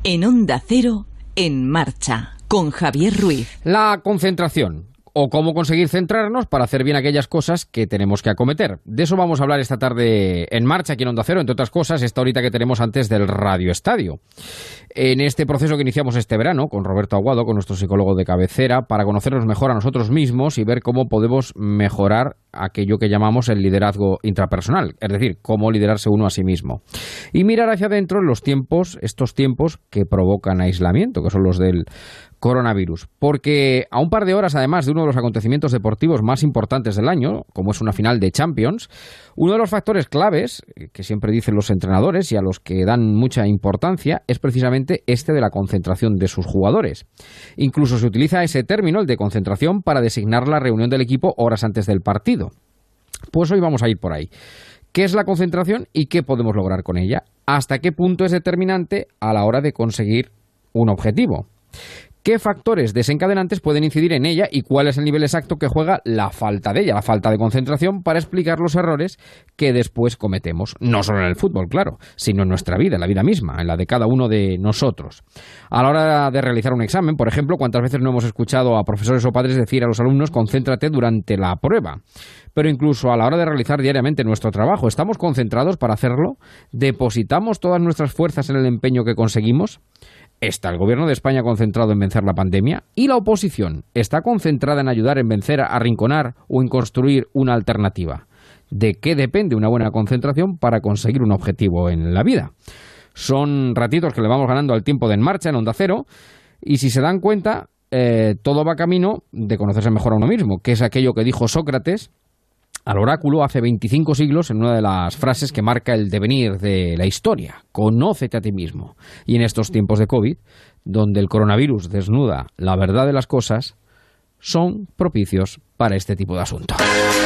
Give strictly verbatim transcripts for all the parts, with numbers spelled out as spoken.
En Onda Cero, En Marcha, con Javier Ruiz. La concentración, o cómo conseguir centrarnos para hacer bien aquellas cosas que tenemos que acometer. De eso vamos a hablar esta tarde en Marcha, aquí en Onda Cero, entre otras cosas, esta horita que tenemos antes del Radio Estadio. En este proceso que iniciamos este verano con Roberto Aguado, con nuestro psicólogo de cabecera, para conocernos mejor a nosotros mismos y ver cómo podemos mejorar aquello que llamamos el liderazgo intrapersonal, es decir, cómo liderarse uno a sí mismo. Y mirar hacia adentro en los tiempos, estos tiempos que provocan aislamiento, que son los del coronavirus. Porque a un par de horas, además, de uno de los acontecimientos deportivos más importantes del año, como es una final de Champions, uno de los factores claves, que siempre dicen los entrenadores y a los que dan mucha importancia, es precisamente este de la concentración de sus jugadores. Incluso se utiliza ese término, el de concentración, para designar la reunión del equipo horas antes del partido. Pues hoy vamos a ir por ahí. ¿Qué es la concentración y qué podemos lograr con ella? ¿Hasta qué punto es determinante a la hora de conseguir un objetivo? ¿Qué factores desencadenantes pueden incidir en ella y cuál es el nivel exacto que juega la falta de ella, la falta de concentración, para explicar los errores que después cometemos? No solo en el fútbol, claro, sino en nuestra vida, en la vida misma, en la de cada uno de nosotros. A la hora de realizar un examen, por ejemplo, ¿cuántas veces no hemos escuchado a profesores o padres decir a los alumnos concéntrate durante la prueba? Pero incluso a la hora de realizar diariamente nuestro trabajo, ¿estamos concentrados para hacerlo? ¿Depositamos todas nuestras fuerzas en el empeño que conseguimos? ¿Está el gobierno de España concentrado en vencer la pandemia? ¿Y la oposición está concentrada en ayudar en vencer, a arrinconar o en construir una alternativa? ¿De qué depende una buena concentración para conseguir un objetivo en la vida? Son ratitos que le vamos ganando al tiempo de En Marcha, en Onda Cero, y si se dan cuenta, eh, todo va camino de conocerse mejor a uno mismo, que es aquello que dijo Sócrates al oráculo hace veinticinco siglos en una de las frases que marca el devenir de la historia: conócete a ti mismo. Y en estos tiempos de COVID, donde el coronavirus desnuda la verdad de las cosas, son propicios para este tipo de asuntos.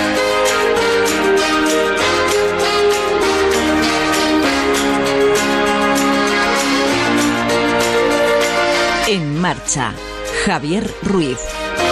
En Marcha, Javier Ruiz.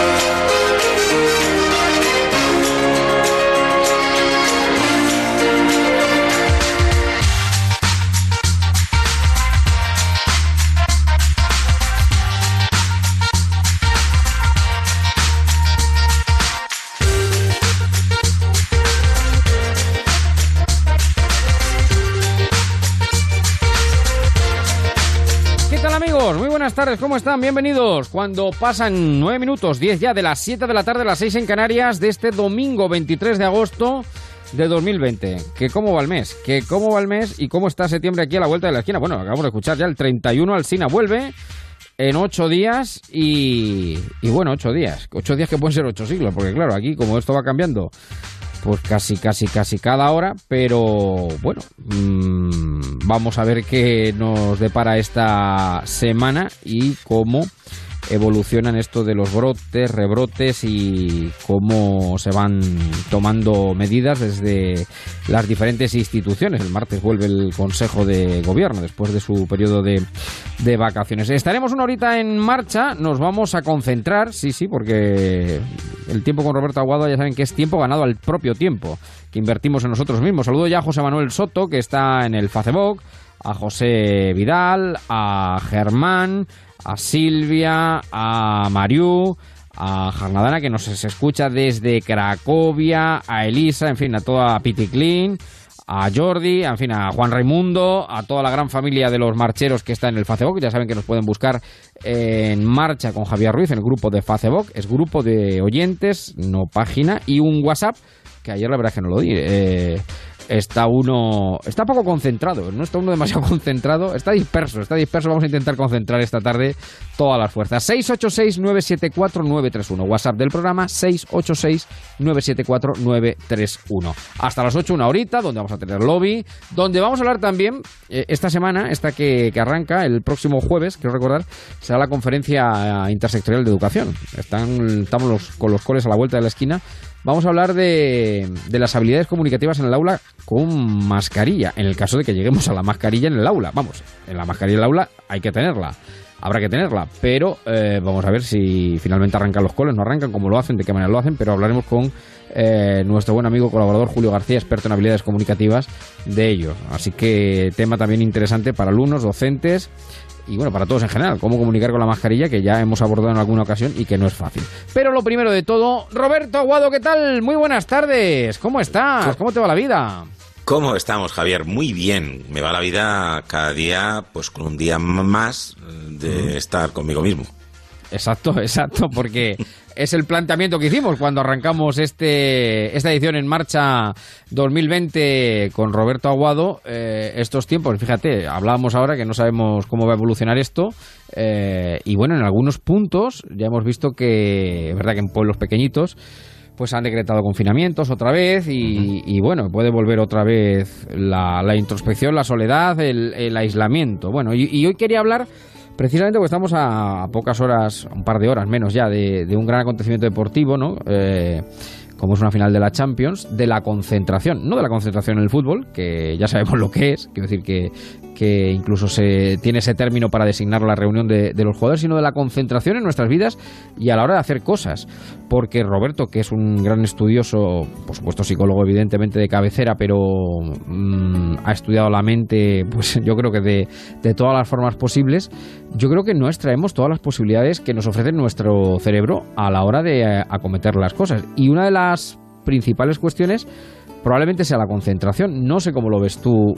Muy buenas tardes, ¿cómo están? Bienvenidos. Cuando pasan nueve minutos, diez ya de las siete de la tarde, las seis en Canarias, de este domingo veintitrés de agosto de dos mil veinte. ¿Que cómo va el mes? ¿Que cómo va el mes? ¿Y cómo está septiembre aquí a la vuelta de la esquina? Bueno, acabamos de escuchar ya el treinta y uno, Alsina vuelve en ocho días y, y bueno, ocho días. Ocho días que pueden ser ocho siglos, porque claro, aquí como esto va cambiando, pues casi, casi, casi cada hora, pero bueno, mmm, vamos a ver qué nos depara esta semana y cómo evolucionan esto de los brotes, rebrotes y cómo se van tomando medidas desde las diferentes instituciones. El martes vuelve el Consejo de Gobierno después de su periodo de, de vacaciones. Estaremos una horita en marcha, nos vamos a concentrar, sí, sí, porque el tiempo con Roberto Aguado ya saben que es tiempo ganado al propio tiempo que invertimos en nosotros mismos. Saludo ya a José Manuel Soto, que está en el Facebook, a José Vidal, a Germán, a Silvia, a Mariú, a Jarnadana, que nos escucha desde Cracovia, a Elisa, en fin, a toda Piticlin, a Jordi, en fin, a Juan Raimundo, a toda la gran familia de los marcheros que está en el Facebook. Ya saben que nos pueden buscar en Marcha con Javier Ruiz, en el grupo de Facebook. Es grupo de oyentes, no página, y un WhatsApp, que ayer la verdad es que no lo di. Eh, está uno, está poco concentrado, no está uno demasiado concentrado, está disperso, está disperso. Vamos a intentar concentrar esta tarde todas las fuerzas. seis ocho seis, nueve siete cuatro, nueve tres uno, WhatsApp del programa seis ocho seis, nueve siete cuatro, nueve tres uno. Hasta las ocho, una horita, donde vamos a tener lobby, donde vamos a hablar también, eh, esta semana, esta que, que arranca el próximo jueves, quiero recordar, será la conferencia intersectorial de educación. Están, estamos los, con los coles a la vuelta de la esquina. Vamos a hablar de, de las habilidades comunicativas en el aula con mascarilla, en el caso de que lleguemos a la mascarilla en el aula. Vamos, en la mascarilla en el aula hay que tenerla, habrá que tenerla, pero eh, vamos a ver si finalmente arrancan los coles, no arrancan, cómo lo hacen, de qué manera lo hacen, pero hablaremos con eh, nuestro buen amigo colaborador Julio García, experto en habilidades comunicativas, de ello. Así que tema también interesante para alumnos, docentes y bueno, para todos en general, cómo comunicar con la mascarilla, que ya hemos abordado en alguna ocasión y que no es fácil. Pero lo primero de todo, Roberto Aguado, ¿qué tal? Muy buenas tardes, ¿cómo estás? ¿Cómo te va la vida? ¿Cómo estamos, Javier? Muy bien. Me va la vida cada día, pues con un día más de mm. estar conmigo mismo. Exacto, exacto, porque es el planteamiento que hicimos cuando arrancamos este esta edición En Marcha dos mil veinte con Roberto Aguado. Eh, estos tiempos, fíjate, hablábamos ahora que no sabemos cómo va a evolucionar esto, eh, y bueno, en algunos puntos ya hemos visto que es verdad que en pueblos pequeñitos pues han decretado confinamientos otra vez y, y bueno, puede volver otra vez la, la introspección, la soledad, el, el aislamiento. Bueno, y, y hoy quería hablar precisamente porque estamos a pocas horas, un par de horas menos ya, de, de un gran acontecimiento deportivo, ¿no? Eh, como es una final de la Champions, de la concentración, no de la concentración en el fútbol, que ya sabemos lo que es, quiero decir que, que incluso se tiene ese término para designar la reunión de, de los jugadores, sino de la concentración en nuestras vidas y a la hora de hacer cosas. Porque Roberto, que es un gran estudioso, por supuesto psicólogo evidentemente de cabecera, pero mmm, ha estudiado la mente, pues yo creo que de, de todas las formas posibles, yo creo que no extraemos todas las posibilidades que nos ofrece nuestro cerebro a la hora de eh, acometer las cosas. Y una de las principales cuestiones probablemente sea la concentración. No sé cómo lo ves tú,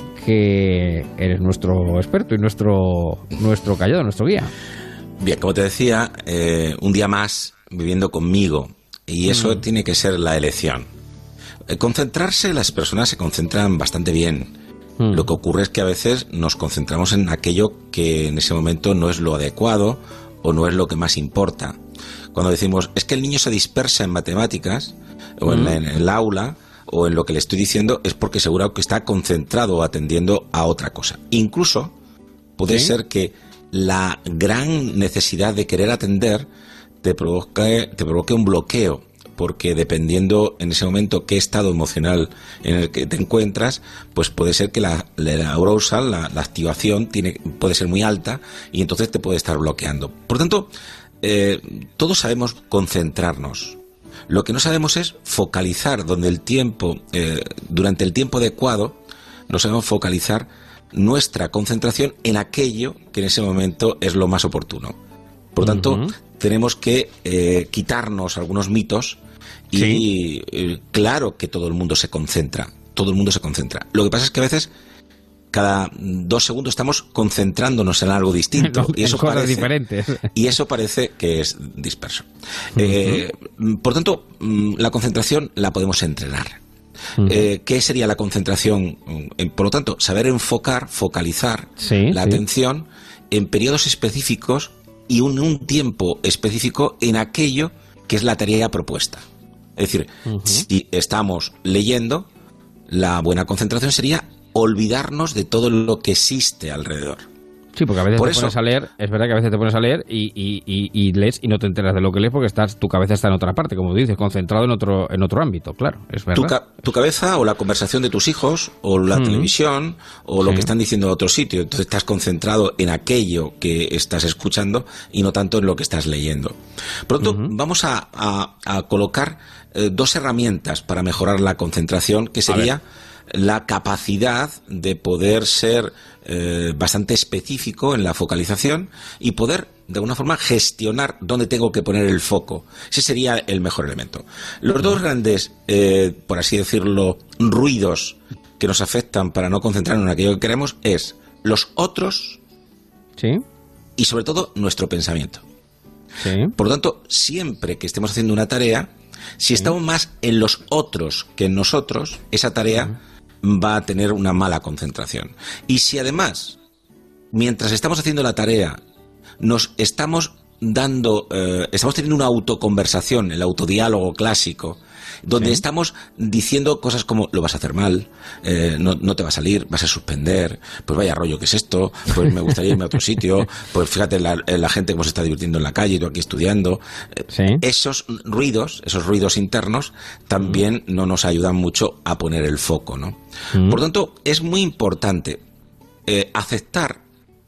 que eres nuestro experto y nuestro, nuestro callado, nuestro guía. Bien, como te decía, eh, un día más viviendo conmigo, y eso mm. tiene que ser la elección. Eh, concentrarse, las personas se concentran bastante bien. Mm. Lo que ocurre es que a veces nos concentramos en aquello que en ese momento no es lo adecuado o no es lo que más importa. Cuando decimos, es que el niño se dispersa en matemáticas o mm. en, la, en el aula o en lo que le estoy diciendo, es porque seguro que está concentrado o atendiendo a otra cosa. Incluso puede ¿Sí? ser que la gran necesidad de querer atender te provoque, te provoque un bloqueo, porque dependiendo en ese momento qué estado emocional en el que te encuentras, pues puede ser que la, la arousal, la, la activación tiene, puede ser muy alta y entonces te puede estar bloqueando. Por tanto, eh, todos sabemos concentrarnos. Lo que no sabemos es focalizar donde el tiempo, eh, durante el tiempo adecuado, no sabemos focalizar nuestra concentración en aquello que en ese momento es lo más oportuno. Por tanto, uh-huh. tenemos que eh, quitarnos algunos mitos y ¿Sí? eh, claro que todo el mundo se concentra, todo el mundo se concentra. Lo que pasa es que a veces cada dos segundos estamos concentrándonos en algo distinto no, y eso en cosas parece, diferentes. Y eso parece que es disperso. Uh-huh. Eh, por tanto, la concentración la podemos entrenar. Uh-huh. Eh, ¿Qué sería la concentración? Eh, por lo tanto, saber enfocar, focalizar sí, la sí. atención en periodos específicos y un, un tiempo específico en aquello que es la tarea propuesta. Es decir, uh-huh. si estamos leyendo, la buena concentración sería olvidarnos de todo lo que existe alrededor. Sí, porque a veces Por te eso, pones a leer, es verdad que a veces te pones a leer y, y, y, y lees y no te enteras de lo que lees porque estás, tu cabeza está en otra parte, como dices, concentrado en otro en otro ámbito, claro, es verdad. Tu, ca- tu cabeza o la conversación de tus hijos o la mm. televisión o lo sí. que están diciendo en otro sitio, entonces estás concentrado en aquello que estás escuchando y no tanto en lo que estás leyendo. Por lo tanto, uh-huh. vamos a, a, a colocar eh, dos herramientas para mejorar la concentración, que sería la capacidad de poder ser eh, bastante específico en la focalización y poder de alguna forma gestionar dónde tengo que poner el foco. Ese sería el mejor elemento. Los dos grandes, eh, por así decirlo, ruidos que nos afectan para no concentrarnos en aquello que queremos es los otros ¿Sí? y sobre todo nuestro pensamiento. ¿Sí? Por lo tanto, siempre que estemos haciendo una tarea, si estamos más en los otros que en nosotros, esa tarea va a tener una mala concentración. Y si además, mientras estamos haciendo la tarea, nos estamos dando, eh, estamos teniendo una autoconversación, el autodiálogo clásico, donde ¿Sí? estamos diciendo cosas como lo vas a hacer mal, eh, no, no te va a salir, vas a suspender, pues vaya rollo, ¿qué es esto? Pues me gustaría irme a otro sitio, pues fíjate la, la gente cómo se está divirtiendo en la calle y tú aquí estudiando. ¿Sí? Esos ruidos, esos ruidos internos también mm. no nos ayudan mucho a poner el foco, ¿no? Mm. Por lo tanto, es muy importante eh, aceptar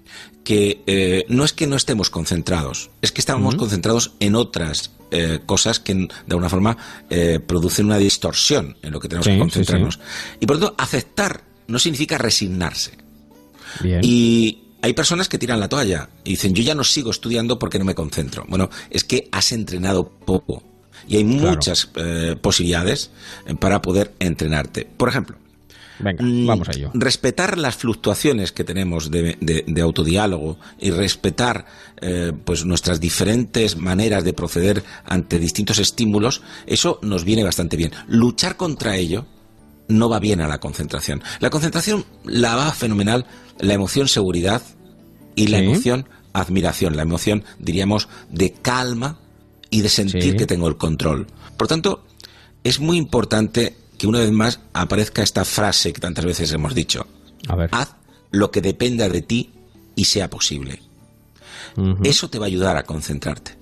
que eh, no es que no estemos concentrados, es que estamos uh-huh. concentrados en otras eh, cosas que de alguna forma eh, producen una distorsión en lo que tenemos sí, que concentrarnos. Sí, sí. Y por lo tanto, aceptar no significa resignarse. Bien. Y hay personas que tiran la toalla y dicen, yo ya no sigo estudiando porque no me concentro. Bueno, es que has entrenado poco y hay claro. muchas eh, posibilidades para poder entrenarte. Por ejemplo, Venga, vamos a ello. Respetar las fluctuaciones que tenemos de, de, de autodiálogo y respetar eh, pues nuestras diferentes maneras de proceder ante distintos estímulos, eso nos viene bastante bien. Luchar contra ello no va bien a la concentración. La concentración la va fenomenal la emoción seguridad y la ¿Sí? emoción admiración, la emoción, diríamos, de calma y de sentir sí. que tengo el control. Por tanto, es muy importante que una vez más aparezca esta frase que tantas veces hemos dicho. A ver. Haz lo que dependa de ti y sea posible. Uh-huh. Eso te va a ayudar a concentrarte.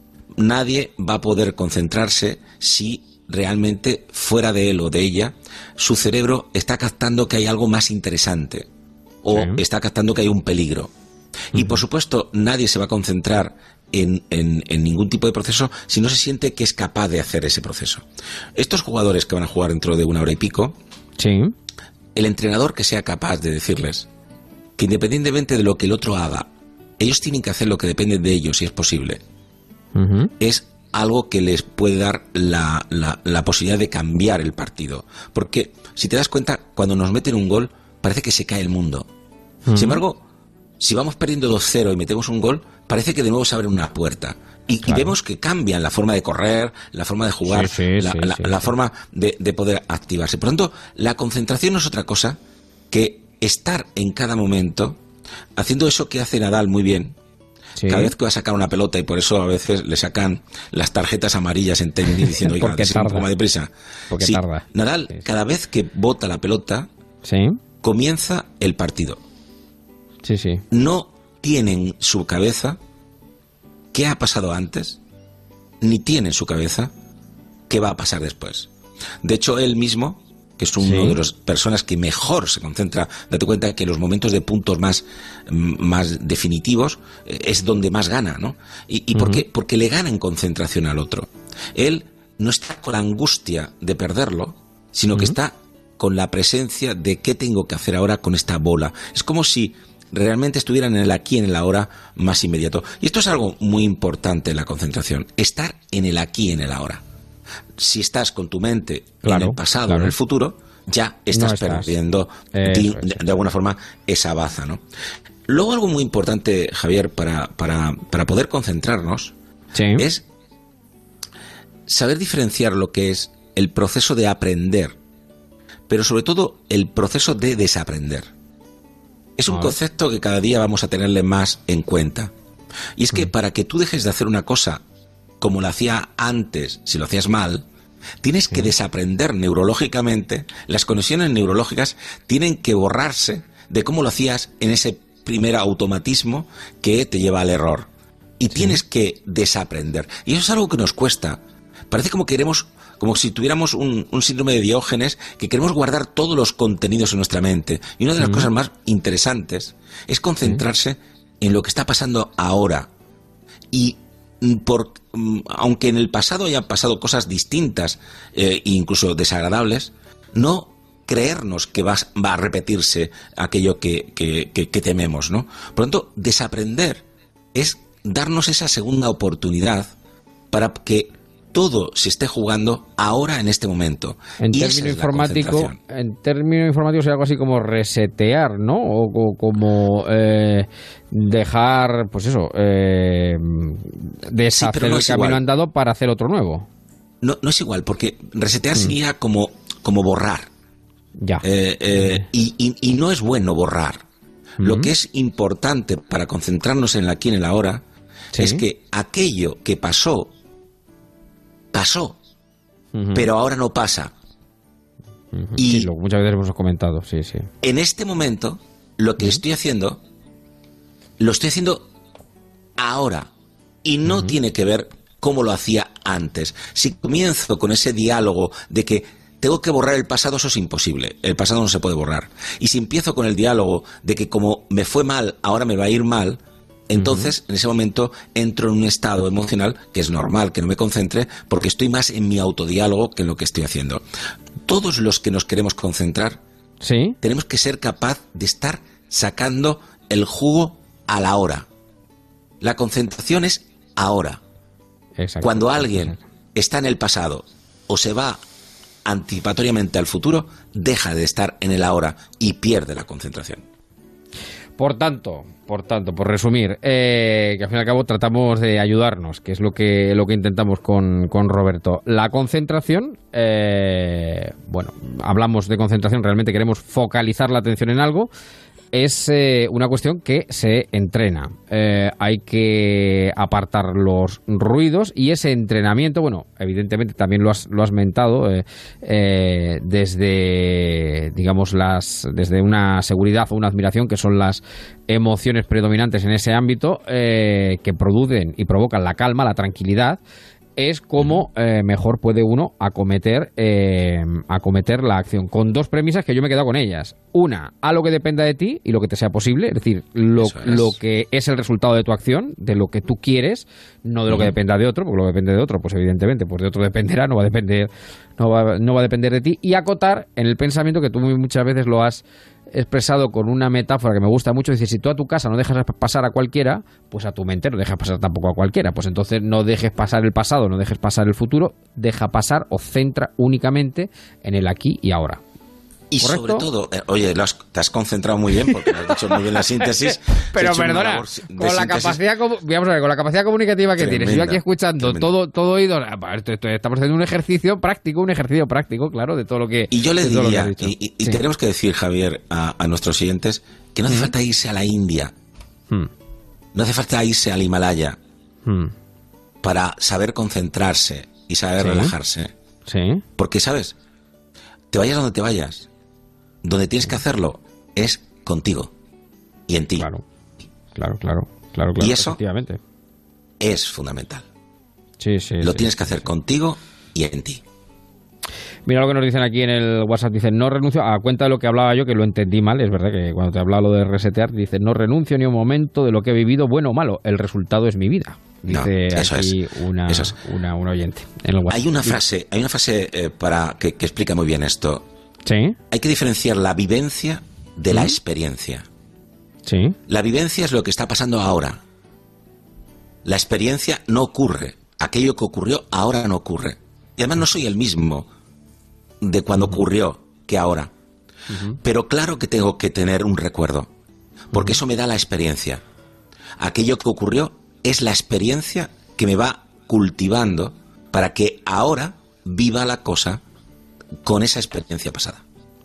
Nadie va a poder concentrarse si realmente fuera de él o de ella su cerebro está captando que hay algo más interesante o sí. está captando que hay un peligro. Uh-huh. Y por supuesto nadie se va a concentrar En, en, en ningún tipo de proceso si no se siente que es capaz de hacer ese proceso. Estos jugadores que van a jugar dentro de una hora y pico, sí. el entrenador que sea capaz de decirles que independientemente de lo que el otro haga, ellos tienen que hacer lo que depende de ellos, si es posible, uh-huh. es algo que les puede dar la, la, la posibilidad de cambiar el partido. Porque si te das cuenta, cuando nos meten un gol parece que se cae el mundo. Uh-huh. Sin embargo, si vamos perdiendo dos cero y metemos un gol, parece que de nuevo se abre una puerta. Y, claro. y vemos que cambian la forma de correr, la forma de jugar, sí, sí, la, sí, la, sí, la sí. forma de, de poder activarse. Por lo tanto, la concentración no es otra cosa que estar en cada momento haciendo eso que hace Nadal muy bien. Sí. Cada vez que va a sacar una pelota, y por eso a veces le sacan las tarjetas amarillas en tenis diciendo, oiga, que un poco más deprisa. Porque sí, tarda. Nadal, sí, sí. cada vez que bota la pelota, sí. comienza el partido. Sí, sí. No tiene en su cabeza qué ha pasado antes, ni tiene en su cabeza qué va a pasar después. De hecho, él mismo, que es uno sí. de las personas que mejor se concentra, date cuenta que los momentos de puntos más, más definitivos eh, es donde más gana, ¿no? ¿Y, y uh-huh. por qué? Porque le gana en concentración al otro. Él no está con la angustia de perderlo, sino uh-huh. que está con la presencia de qué tengo que hacer ahora con esta bola. Es como si realmente estuvieran en el aquí, en el ahora más inmediato. Y esto es algo muy importante en la concentración, estar en el aquí, en el ahora. Si estás con tu mente claro, en el pasado, claro. en el futuro, ya estás, no estás. perdiendo eh, de, de, de alguna forma esa baza, ¿no? Luego algo muy importante, Javier, para, para, para poder concentrarnos sí. es saber diferenciar lo que es el proceso de aprender, pero sobre todo el proceso de desaprender. Es un concepto que cada día vamos a tenerle más en cuenta. Y es que para que tú dejes de hacer una cosa como la hacía antes, si lo hacías mal, tienes que desaprender neurológicamente, las conexiones neurológicas tienen que borrarse de cómo lo hacías en ese primer automatismo que te lleva al error. Y tienes que desaprender. Y eso es algo que nos cuesta. Parece como queremos, como si tuviéramos un, un síndrome de Diógenes, que queremos guardar todos los contenidos en nuestra mente. Y una de las mm. cosas más interesantes es concentrarse mm. en lo que está pasando ahora. Y por, aunque en el pasado hayan pasado cosas distintas eh, e incluso desagradables, no creernos que va, va a repetirse aquello que, que, que, que tememos, ¿no? Por lo tanto, desaprender es darnos esa segunda oportunidad para que todo se esté jugando ahora en este momento. En término informático, en término informático sería algo así como resetear, ¿no? O, o como eh, dejar, pues eso, eh, deshacer sí, no el camino igual. andado para hacer otro nuevo. No, no es igual, porque resetear mm. sería como, como borrar. Ya. Eh, eh, mm. y, y, y no es bueno borrar. Mm. Lo que es importante para concentrarnos en el aquí y en el ahora ¿Sí? es que aquello que pasó pasó, uh-huh. pero ahora no pasa. Uh-huh. Y sí, lo, muchas veces hemos comentado, sí, sí. En este momento, lo que uh-huh. estoy haciendo, lo estoy haciendo ahora. Y no uh-huh. tiene que ver cómo lo hacía antes. Si comienzo con ese diálogo de que tengo que borrar el pasado, eso es imposible. El pasado no se puede borrar. Y si empiezo con el diálogo de que como me fue mal, ahora me va a ir mal, entonces, uh-huh. en ese momento, entro en un estado emocional que es normal que no me concentre porque estoy más en mi autodiálogo que en lo que estoy haciendo. Todos los que nos queremos concentrar, ¿Sí? tenemos que ser capaz de estar sacando el jugo a la hora. La concentración es ahora. Exacto. Cuando alguien está en el pasado o se va anticipatoriamente al futuro, deja de estar en el ahora y pierde la concentración. Por tanto, por tanto, por resumir, eh, que al fin y al cabo tratamos de ayudarnos, que es lo que lo que intentamos con, con Roberto. La concentración, eh, bueno, hablamos de concentración, realmente queremos focalizar la atención en algo. Es eh, una cuestión que se entrena. Eh, hay que apartar los ruidos y ese entrenamiento, bueno, evidentemente también lo has, lo has mentado, eh, eh, desde, digamos, las, desde una seguridad o una admiración, que son las emociones predominantes en ese ámbito, eh, que producen y provocan la calma, la tranquilidad. Es como eh, mejor puede uno acometer, eh, acometer la acción, con dos premisas que yo me he quedado con ellas. Una, a lo que dependa de ti y lo que te sea posible, es decir, lo, es. lo que es el resultado de tu acción, de lo que tú quieres, no de lo uh-huh. que dependa de otro, porque lo que depende de otro, pues evidentemente, pues de otro dependerá, no va a depender, no va, no va a depender de ti. Y acotar en el pensamiento, que tú muchas veces lo has expresado con una metáfora que me gusta mucho, dice, si tú a tu casa no dejas pasar a cualquiera, pues a tu mente no dejas pasar tampoco a cualquiera, pues entonces no dejes pasar el pasado, no dejes pasar el futuro, deja pasar o centra únicamente en el aquí y ahora. Y ¿correcto? Sobre todo, eh, oye, lo has, te has concentrado muy bien porque lo has dicho muy bien la síntesis. Pero perdona, con la capacidad, vamos a ver, con la capacidad comunicativa que tremenda, tienes, yo aquí escuchando tremenda. todo todo oído, esto, esto, estamos haciendo un ejercicio práctico, un ejercicio práctico, claro, de todo lo que. Y yo le diría, y, y, y sí. tenemos que decir, Javier, a, a nuestros siguientes, que no hace mm. falta irse a la India, mm. no hace falta irse al Himalaya mm. para saber concentrarse y saber ¿Sí? relajarse. Sí. Porque, ¿sabes? Te vayas donde te vayas. Donde tienes que hacerlo es contigo y en ti. Claro, claro, claro, claro, claro. Y eso es fundamental. Sí, sí. Lo sí, tienes sí, que hacer sí. contigo y en ti. Mira lo que nos dicen aquí en el WhatsApp. Dicen, no renuncio, a cuenta de lo que hablaba yo, que lo entendí mal. Es verdad que cuando te hablaba lo de resetear, dice, no renuncio ni un momento de lo que he vivido, bueno o malo. El resultado es mi vida. Dice no, eso aquí es, una, eso es. Una, una oyente en el WhatsApp. Hay una frase, hay una frase eh, para que, que explica muy bien esto. Sí. Hay que diferenciar la vivencia de ¿Mm? la experiencia. Sí. La vivencia es lo que está pasando ahora. La experiencia no ocurre. Aquello que ocurrió ahora no ocurre. Y además no soy el mismo de cuando uh-huh. ocurrió que ahora. Uh-huh. Pero claro que tengo que tener un recuerdo, porque uh-huh. eso me da la experiencia. Aquello que ocurrió es la experiencia que me va cultivando para que ahora viva la cosa con esa experiencia pasada.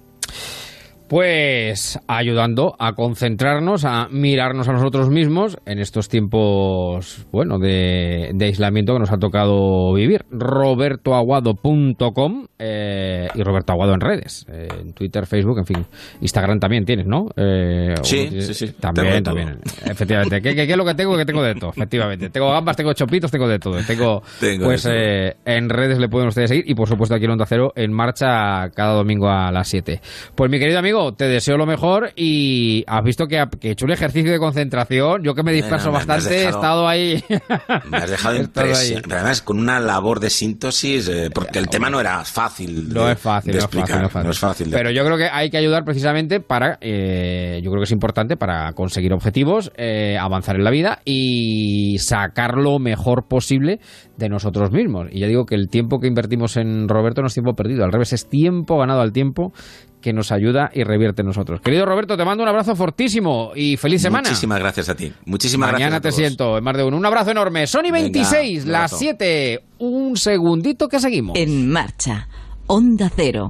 Pues ayudando a concentrarnos, a mirarnos a nosotros mismos en estos tiempos, bueno, de, de aislamiento que nos ha tocado vivir. roberto aguado punto com eh, y Roberto Aguado en redes, eh, en Twitter, Facebook, en fin, Instagram también tienes, ¿no? Eh, sí, o, sí, sí. También, también. Efectivamente. ¿Qué, qué, ¿Qué es lo que tengo? Que tengo de todo, efectivamente. Tengo gambas, tengo chopitos, tengo de todo. Tengo, tengo pues eh, en redes le pueden ustedes seguir y por supuesto aquí en Onda Cero en marcha cada domingo a las siete. Pues mi querido amigo, te deseo lo mejor y has visto que, que he hecho un ejercicio de concentración. Yo que me disperso bueno, me, bastante, me dejado, he estado ahí. Me has dejado impresionado. Además, con una labor de síntesis, eh, porque el tema no era fácil. No de, es fácil, de no, es fácil no es fácil. No es fácil de... Pero yo creo que hay que ayudar precisamente para, eh, yo creo que es importante para conseguir objetivos, eh, avanzar en la vida y sacar lo mejor posible de nosotros mismos. Y ya digo que el tiempo que invertimos en Roberto no es tiempo perdido, al revés, es tiempo ganado al tiempo que nos ayuda y revierte en nosotros. Querido Roberto, te mando un abrazo fortísimo y feliz semana. Muchísimas gracias a ti. Muchísimas Mañana gracias. Mañana te siento en más de uno. Un abrazo enorme. Sony veintiséis, venga, las siete. Un segundito que seguimos. En marcha. Onda Cero.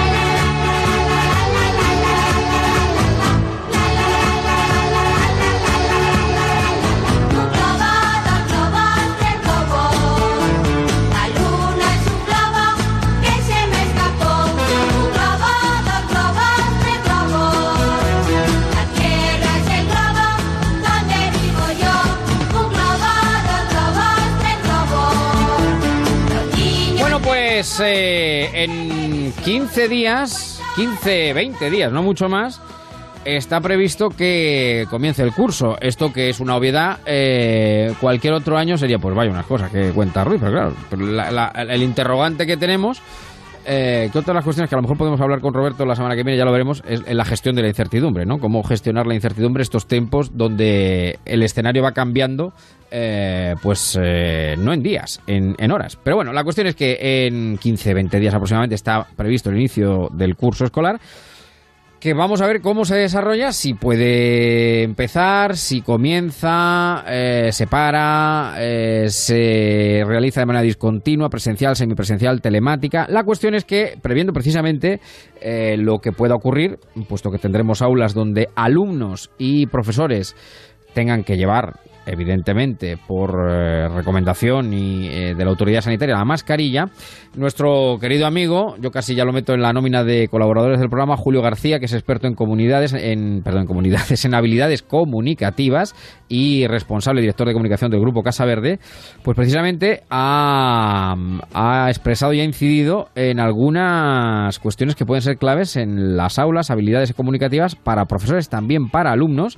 Pues eh, en quince días, quince, veinte días, no mucho más, está previsto que comience el curso. Esto que es una obviedad, eh, cualquier otro año sería, pues vaya unas cosas que cuenta Ruiz, pero claro, pero la, la, el interrogante que tenemos eh, que otra de las cuestiones que a lo mejor podemos hablar con Roberto la semana que viene, ya lo veremos, es la gestión de la incertidumbre, ¿no? Cómo gestionar la incertidumbre estos tiempos donde el escenario va cambiando, eh, pues eh, no en días, en, en horas. Pero bueno, la cuestión es que en quince, veinte días aproximadamente está previsto el inicio del curso escolar, que vamos a ver cómo se desarrolla, si puede empezar, si comienza, eh, se para, eh, se realiza de manera discontinua, presencial, semipresencial, telemática. La cuestión es que, previendo precisamente eh, lo que pueda ocurrir, puesto que tendremos aulas donde alumnos y profesores tengan que llevar, evidentemente, por eh, recomendación y eh, de la autoridad sanitaria, la mascarilla, nuestro querido amigo, yo casi ya lo meto en la nómina de colaboradores del programa, Julio García, que es experto en comunidades, en perdón, en comunidades, en habilidades comunicativas y responsable director de comunicación del Grupo Casa Verde, pues precisamente ha, ha expresado y ha incidido en algunas cuestiones que pueden ser claves en las aulas, habilidades comunicativas para profesores, también para alumnos.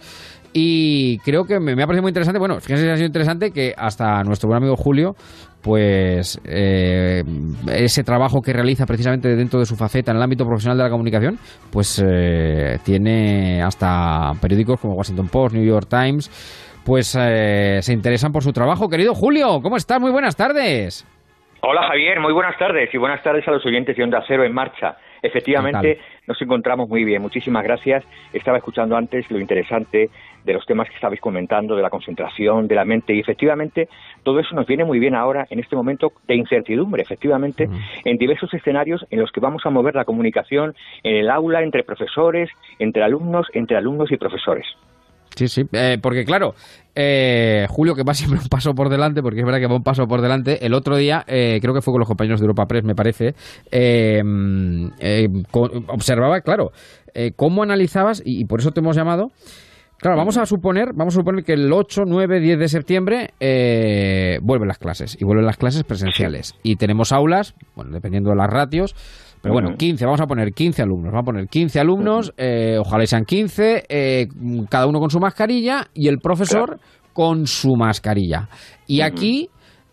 Y creo que me, me ha parecido muy interesante, bueno, fíjense si ha sido interesante que hasta nuestro buen amigo Julio, pues eh, ese trabajo que realiza precisamente dentro de su faceta en el ámbito profesional de la comunicación, pues eh, tiene hasta periódicos como Washington Post, New York Times, pues eh, se interesan por su trabajo. Querido Julio, ¿cómo estás? Muy buenas tardes. Hola Javier, muy buenas tardes y buenas tardes a los oyentes de Onda Cero en Marcha. Efectivamente, nos encontramos muy bien. Muchísimas gracias. Estaba escuchando antes lo interesante de los temas que estabais comentando, de la concentración, de la mente, y efectivamente todo eso nos viene muy bien ahora en este momento de incertidumbre, efectivamente, uh-huh. en diversos escenarios en los que vamos a mover la comunicación en el aula, entre profesores, entre alumnos, entre alumnos y profesores. Sí, sí, eh, porque claro, eh, Julio, que va siempre un paso por delante, porque es verdad que va un paso por delante, el otro día, eh, creo que fue con los compañeros de Europa Press, me parece, eh, eh, observaba, claro, eh, cómo analizabas, y, y por eso te hemos llamado. Claro, vamos a suponer, vamos a suponer que el ocho, nueve, diez de septiembre eh, vuelven las clases, y vuelven las clases presenciales, y tenemos aulas, bueno, dependiendo de las ratios, pero bueno, quince, vamos a poner quince alumnos, vamos a poner quince alumnos, eh, ojalá sean quince, eh, cada uno con su mascarilla y el profesor claro. con su mascarilla. Y uh-huh. aquí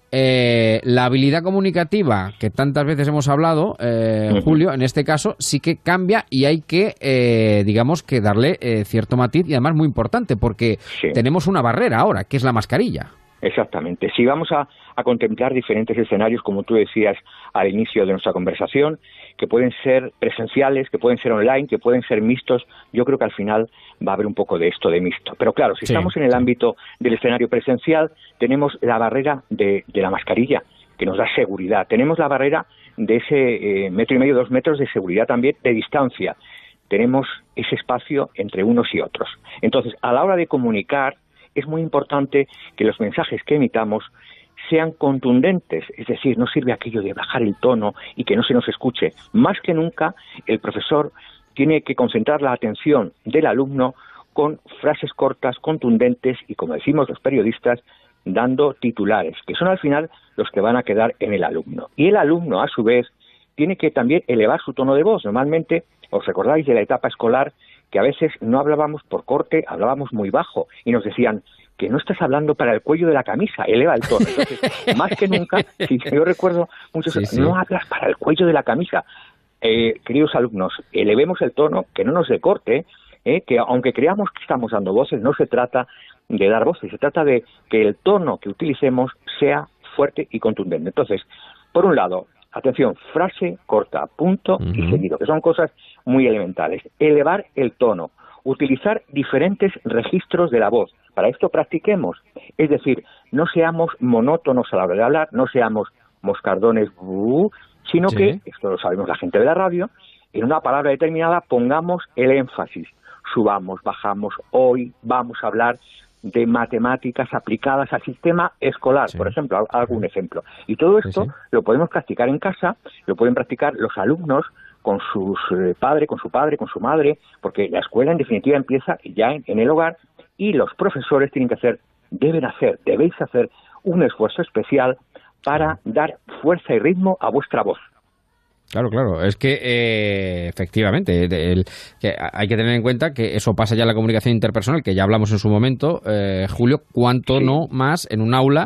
eh, la habilidad comunicativa que tantas veces hemos hablado, eh, uh-huh. Julio, en este caso sí que cambia y hay que, eh, digamos, que darle eh, cierto matiz y además muy importante porque sí. tenemos una barrera ahora, que es la mascarilla. Exactamente. Si vamos a, a contemplar diferentes escenarios, como tú decías al inicio de nuestra conversación, que pueden ser presenciales, que pueden ser online, que pueden ser mixtos, yo creo que al final va a haber un poco de esto de mixto. Pero claro, si sí, estamos en el sí. ámbito del escenario presencial, tenemos la barrera de, de la mascarilla, que nos da seguridad. Tenemos la barrera de ese eh, metro y medio, dos metros de seguridad también, de distancia. Tenemos ese espacio entre unos y otros. Entonces, a la hora de comunicar, es muy importante que los mensajes que emitamos sean contundentes, es decir, no sirve aquello de bajar el tono y que no se nos escuche. Más que nunca, el profesor tiene que concentrar la atención del alumno con frases cortas, contundentes y, como decimos los periodistas, dando titulares, que son al final los que van a quedar en el alumno. Y el alumno, a su vez, tiene que también elevar su tono de voz. Normalmente, os recordáis de la etapa escolar, que a veces no hablábamos por corte, hablábamos muy bajo y nos decían que no estás hablando para el cuello de la camisa, eleva el tono. Entonces, más que nunca, si yo recuerdo muchos, sí, sí. no hablas para el cuello de la camisa. Eh, queridos alumnos, elevemos el tono, que no nos decorte, eh, que aunque creamos que estamos dando voces, no se trata de dar voces, se trata de que el tono que utilicemos sea fuerte y contundente. Entonces, por un lado, atención, frase corta, punto uh-huh. y seguido, que son cosas muy elementales. Elevar el tono, utilizar diferentes registros de la voz. Para esto practiquemos, es decir, no seamos monótonos a la hora de hablar, no seamos moscardones, uh, sino sí. que, esto lo sabemos la gente de la radio, en una palabra determinada pongamos el énfasis, subamos, bajamos, hoy vamos a hablar de matemáticas aplicadas al sistema escolar, sí. por ejemplo, hago un ejemplo. Y todo esto sí, sí. lo podemos practicar en casa, lo pueden practicar los alumnos con sus eh, padres, con su padre, con su madre, porque la escuela en definitiva empieza ya en, en el hogar y los profesores tienen que hacer, deben hacer, debéis hacer un esfuerzo especial para dar fuerza y ritmo a vuestra voz. Claro, claro. Es que eh, efectivamente el, que hay que tener en cuenta que eso pasa ya en la comunicación interpersonal, que ya hablamos en su momento, eh, Julio, cuánto sí. no más en un aula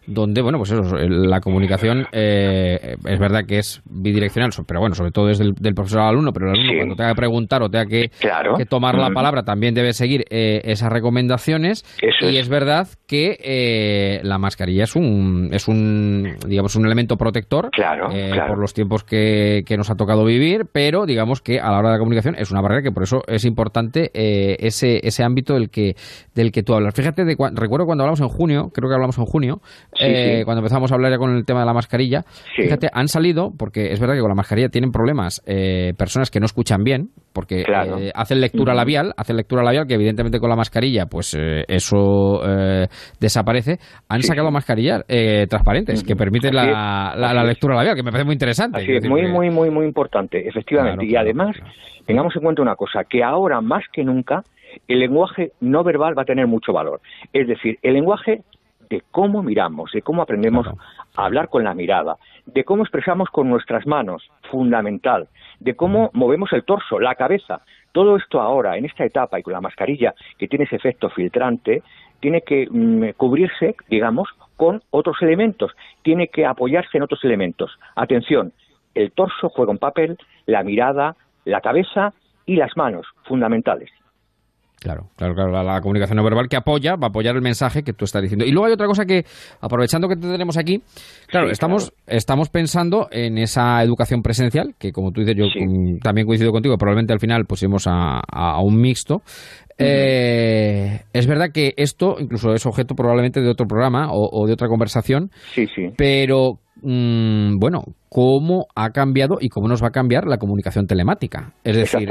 donde, bueno, pues eso, la comunicación eh, es verdad que es bidireccional, pero bueno, sobre todo es del, del profesor al alumno, pero el alumno sí. cuando tenga que preguntar o tenga que, claro. que tomar mm. la palabra también debe seguir eh, esas recomendaciones. Eso y es. es verdad que eh, la mascarilla es un, es un, digamos, un elemento protector claro, eh, claro. por los tiempos que, que nos ha tocado vivir, pero digamos que a la hora de la comunicación es una barrera que por eso es importante eh, ese, ese ámbito del que, del que tú hablas. Fíjate, de cu- recuerdo cuando hablamos en junio, creo que hablamos en junio, sí, eh, sí. cuando empezamos a hablar ya con el tema de la mascarilla, sí. fíjate, han salido, porque es verdad que con la mascarilla tienen problemas eh, personas que no escuchan bien, porque claro. eh, hacen lectura labial, hacen lectura labial, que evidentemente con la mascarilla, pues eh, eso eh, desaparece. Han sí, sacado sí. mascarillas eh, transparentes, que permiten la, la, la lectura labial, que me parece muy interesante. Así es, muy, que... muy, muy, muy importante, efectivamente. Claro, y claro, además, claro. tengamos en cuenta una cosa, que ahora más que nunca, el lenguaje no verbal va a tener mucho valor. Es decir, el lenguaje de cómo miramos, de cómo aprendemos claro. a hablar con la mirada, de cómo expresamos con nuestras manos, fundamental, de cómo movemos el torso, la cabeza. Todo esto ahora, en esta etapa, y con la mascarilla, que tiene ese efecto filtrante, tiene que mm, cubrirse, digamos, con otros elementos, tiene que apoyarse en otros elementos. Atención, el torso juega un papel, la mirada, la cabeza y las manos, fundamentales. Claro, claro, claro, la, la comunicación no verbal que apoya, va a apoyar el mensaje que tú estás diciendo. Y luego hay otra cosa que, aprovechando que te tenemos aquí, claro, sí, estamos, claro. estamos pensando en esa educación presencial, que como tú dices, yo sí. um, también coincido contigo, probablemente al final pusimos a, a, a un mixto. Uh-huh. Eh, es verdad que esto incluso es objeto probablemente de otro programa o, o de otra conversación, sí, sí. pero mmm, bueno, cómo ha cambiado y cómo nos va a cambiar la comunicación telemática. Es decir,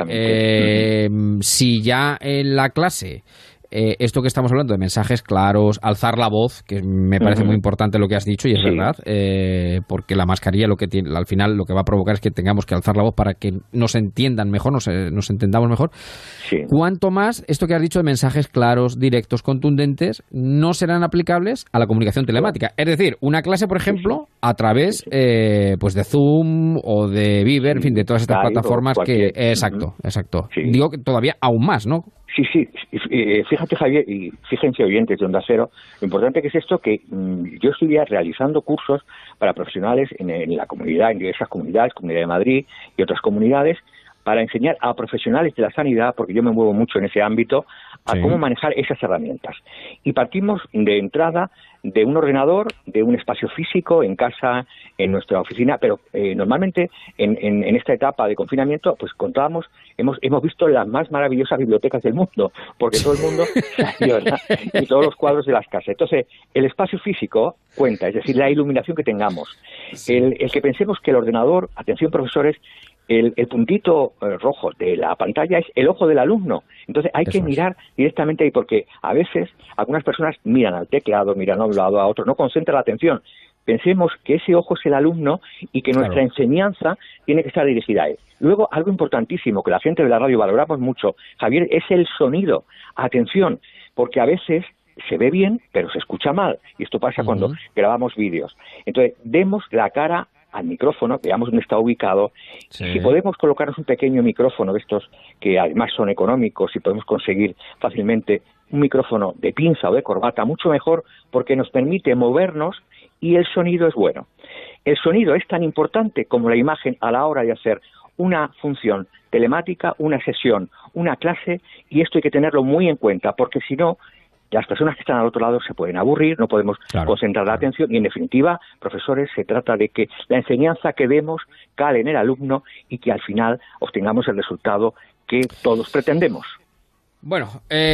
eh, uh-huh. si ya en la clase eh, esto que estamos hablando de mensajes claros, alzar la voz, que me parece uh-huh. muy importante lo que has dicho y es sí. verdad, eh, porque la mascarilla lo que tiene, al final lo que va a provocar es que tengamos que alzar la voz para que nos entiendan mejor, nos, nos entendamos mejor. Sí. Cuanto más esto que has dicho de mensajes claros, directos, contundentes, no serán aplicables a la comunicación telemática. Es decir, una clase, por ejemplo, a través eh, pues de Zoom o de Viber, en fin, de todas estas Skype plataformas que... Eh, exacto, uh-huh. exacto. Sí. Digo que todavía aún más, ¿no? Sí, sí, fíjate Javier, y fíjense oyentes de Onda Cero, lo importante que es esto que mmm, yo estoy realizando cursos para profesionales en, en la comunidad, en diversas comunidades, Comunidad de Madrid y otras comunidades, para enseñar a profesionales de la sanidad, porque yo me muevo mucho en ese ámbito, a sí. cómo manejar esas herramientas. Y partimos de entrada de un ordenador, de un espacio físico, en casa, en nuestra oficina, pero eh, normalmente en, en, en esta etapa de confinamiento, pues contábamos, hemos hemos visto las más maravillosas bibliotecas del mundo, porque todo el mundo salió, ¿no? Y todos los cuadros de las casas. Entonces, el espacio físico cuenta, es decir, la iluminación que tengamos, sí. el, el que pensemos que el ordenador, atención profesores, El, el puntito eh, rojo de la pantalla es el ojo del alumno. Entonces hay Eso que es. mirar directamente ahí, porque a veces algunas personas miran al teclado, miran a un lado, a otro, no concentran la atención. Pensemos que ese ojo es el alumno y que nuestra claro. enseñanza tiene que estar dirigida a él. Luego, algo importantísimo que la gente de la radio valoramos mucho, Javier, es el sonido. Atención, porque a veces se ve bien, pero se escucha mal. Y esto pasa uh-huh. cuando grabamos vídeos. Entonces, demos la cara al micrófono, veamos dónde está ubicado, sí. y si podemos colocarnos un pequeño micrófono de estos que además son económicos y podemos conseguir fácilmente un micrófono de pinza o de corbata, mucho mejor porque nos permite movernos y el sonido es bueno. El sonido es tan importante como la imagen a la hora de hacer una función telemática, una sesión, una clase, y esto hay que tenerlo muy en cuenta porque si no, las personas que están al otro lado se pueden aburrir, no podemos claro, concentrar la claro. atención y, en definitiva, profesores, se trata de que la enseñanza que demos cale en el alumno y que al final obtengamos el resultado que todos pretendemos. Bueno,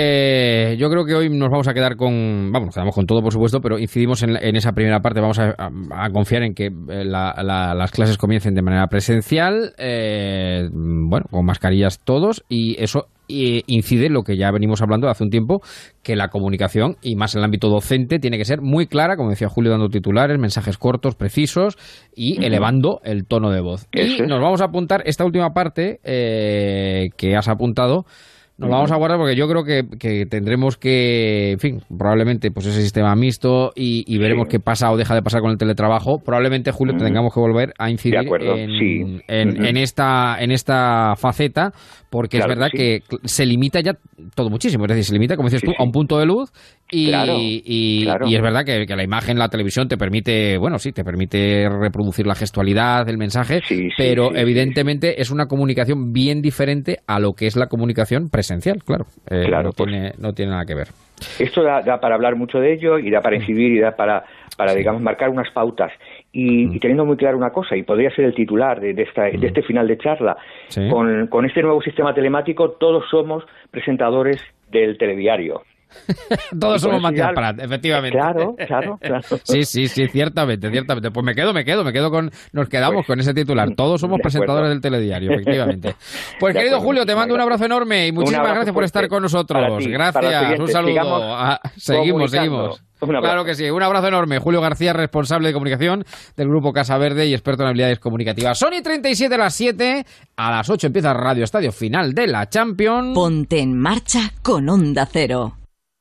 eh, yo creo que hoy nos vamos a quedar con, vamos, nos quedamos con todo, por supuesto, pero incidimos en, en esa primera parte, vamos a, a, a confiar en que la, la, las clases comiencen de manera presencial, eh, bueno, con mascarillas todos, y eso eh, incide lo que ya venimos hablando hace un tiempo, que la comunicación, y más en el ámbito docente, tiene que ser muy clara, como decía Julio, dando titulares, mensajes cortos, precisos, y uh-huh. elevando el tono de voz. Y nos vamos a apuntar esta última parte eh, que has apuntado, Nos lo vamos a guardar porque yo creo que, que tendremos que, en fin, probablemente pues ese sistema mixto y, y veremos sí. qué pasa o deja de pasar con el teletrabajo. Probablemente, Julio, uh-huh. tengamos que volver a incidir en, sí. en, uh-huh. en, esta, en esta faceta, porque claro es verdad que, sí. que se limita ya todo muchísimo. Es decir, se limita, como dices sí, tú, sí. a un punto de luz y, claro, y, claro. y es verdad que, que la imagen, la televisión te permite, bueno, sí, te permite reproducir la gestualidad del mensaje, sí, sí, pero sí, evidentemente sí. es una comunicación bien diferente a lo que es la comunicación presencial, claro. Eh, claro no, pues, tiene, no tiene nada que ver. Esto da, da para hablar mucho de ello y da para incidir y da para, para sí. digamos, marcar unas pautas. Y, mm. y teniendo muy claro una cosa, y podría ser el titular de, de, esta, mm. de este final de charla, sí. con, con este nuevo sistema telemático todos somos presentadores del telediario. Todos somos Matías Prat, efectivamente. Claro, claro, claro. Sí, sí, sí, ciertamente, ciertamente. Pues me quedo, me quedo, me quedo con, nos quedamos pues, con ese titular. Todos somos presentadores del telediario, efectivamente. Pues de querido acuerdo, Julio, te mando un abrazo enorme y muchísimas gracias por estar con nosotros. Ti, gracias, un saludo. Sigamos, ah, seguimos, seguimos. Claro que sí, un abrazo enorme. Julio García, responsable de comunicación del Grupo Casa Verde y experto en habilidades comunicativas. Son y treinta y siete a las siete, a las ocho empieza Radio Estadio Final de la Champions. Ponte en marcha con Onda Cero.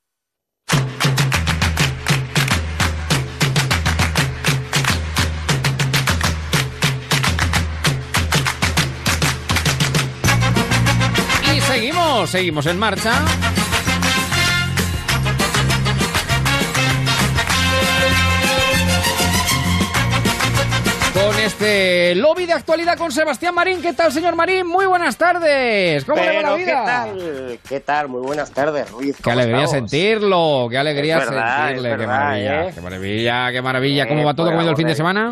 Seguimos, seguimos en marcha. Con este lobby de actualidad con Sebastián Marín. ¿Qué tal, señor Marín? Muy buenas tardes. ¿Cómo Pero, le va la vida? ¿qué tal? ¿Qué tal? Muy buenas tardes, Ruiz. Qué alegría estamos? sentirlo, qué alegría es verdad, sentirle. Es qué verdad, maravilla, ¿eh? qué maravilla, qué maravilla. ¿Cómo eh, va todo? ¿Cómo ha ido el fin de semana?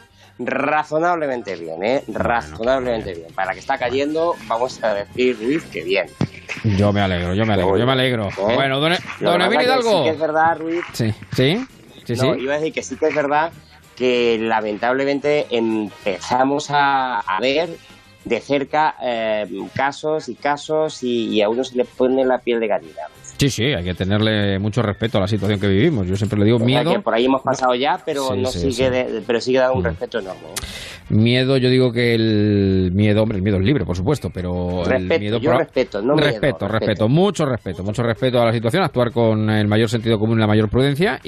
Razonablemente bien, ¿eh? Razonablemente bien. Para que está cayendo, vamos a decir, Ruiz, que bien. Yo me alegro, yo me alegro, yo me alegro. ¿Eh? Bueno, don, don Emilio Hidalgo. Sí que es verdad, Ruiz. Sí, sí, sí, no, sí. Iba a decir que sí que es verdad que lamentablemente empezamos a, a ver de cerca eh, casos y casos y, y a uno se le pone la piel de gallina. Sí, sí, hay que tenerle mucho respeto a la situación que vivimos. Yo siempre le digo miedo. Que por ahí hemos pasado ya, pero sí, no sí, sigue, sí. De, pero sigue dando un respeto enorme. ¿eh? Miedo, yo digo que el miedo, hombre, el miedo es libre, por supuesto, pero respeto, el miedo yo pro... respeto, no miedo, respeto, respeto, respeto, mucho respeto, mucho respeto a la situación, actuar con el mayor sentido común y la mayor prudencia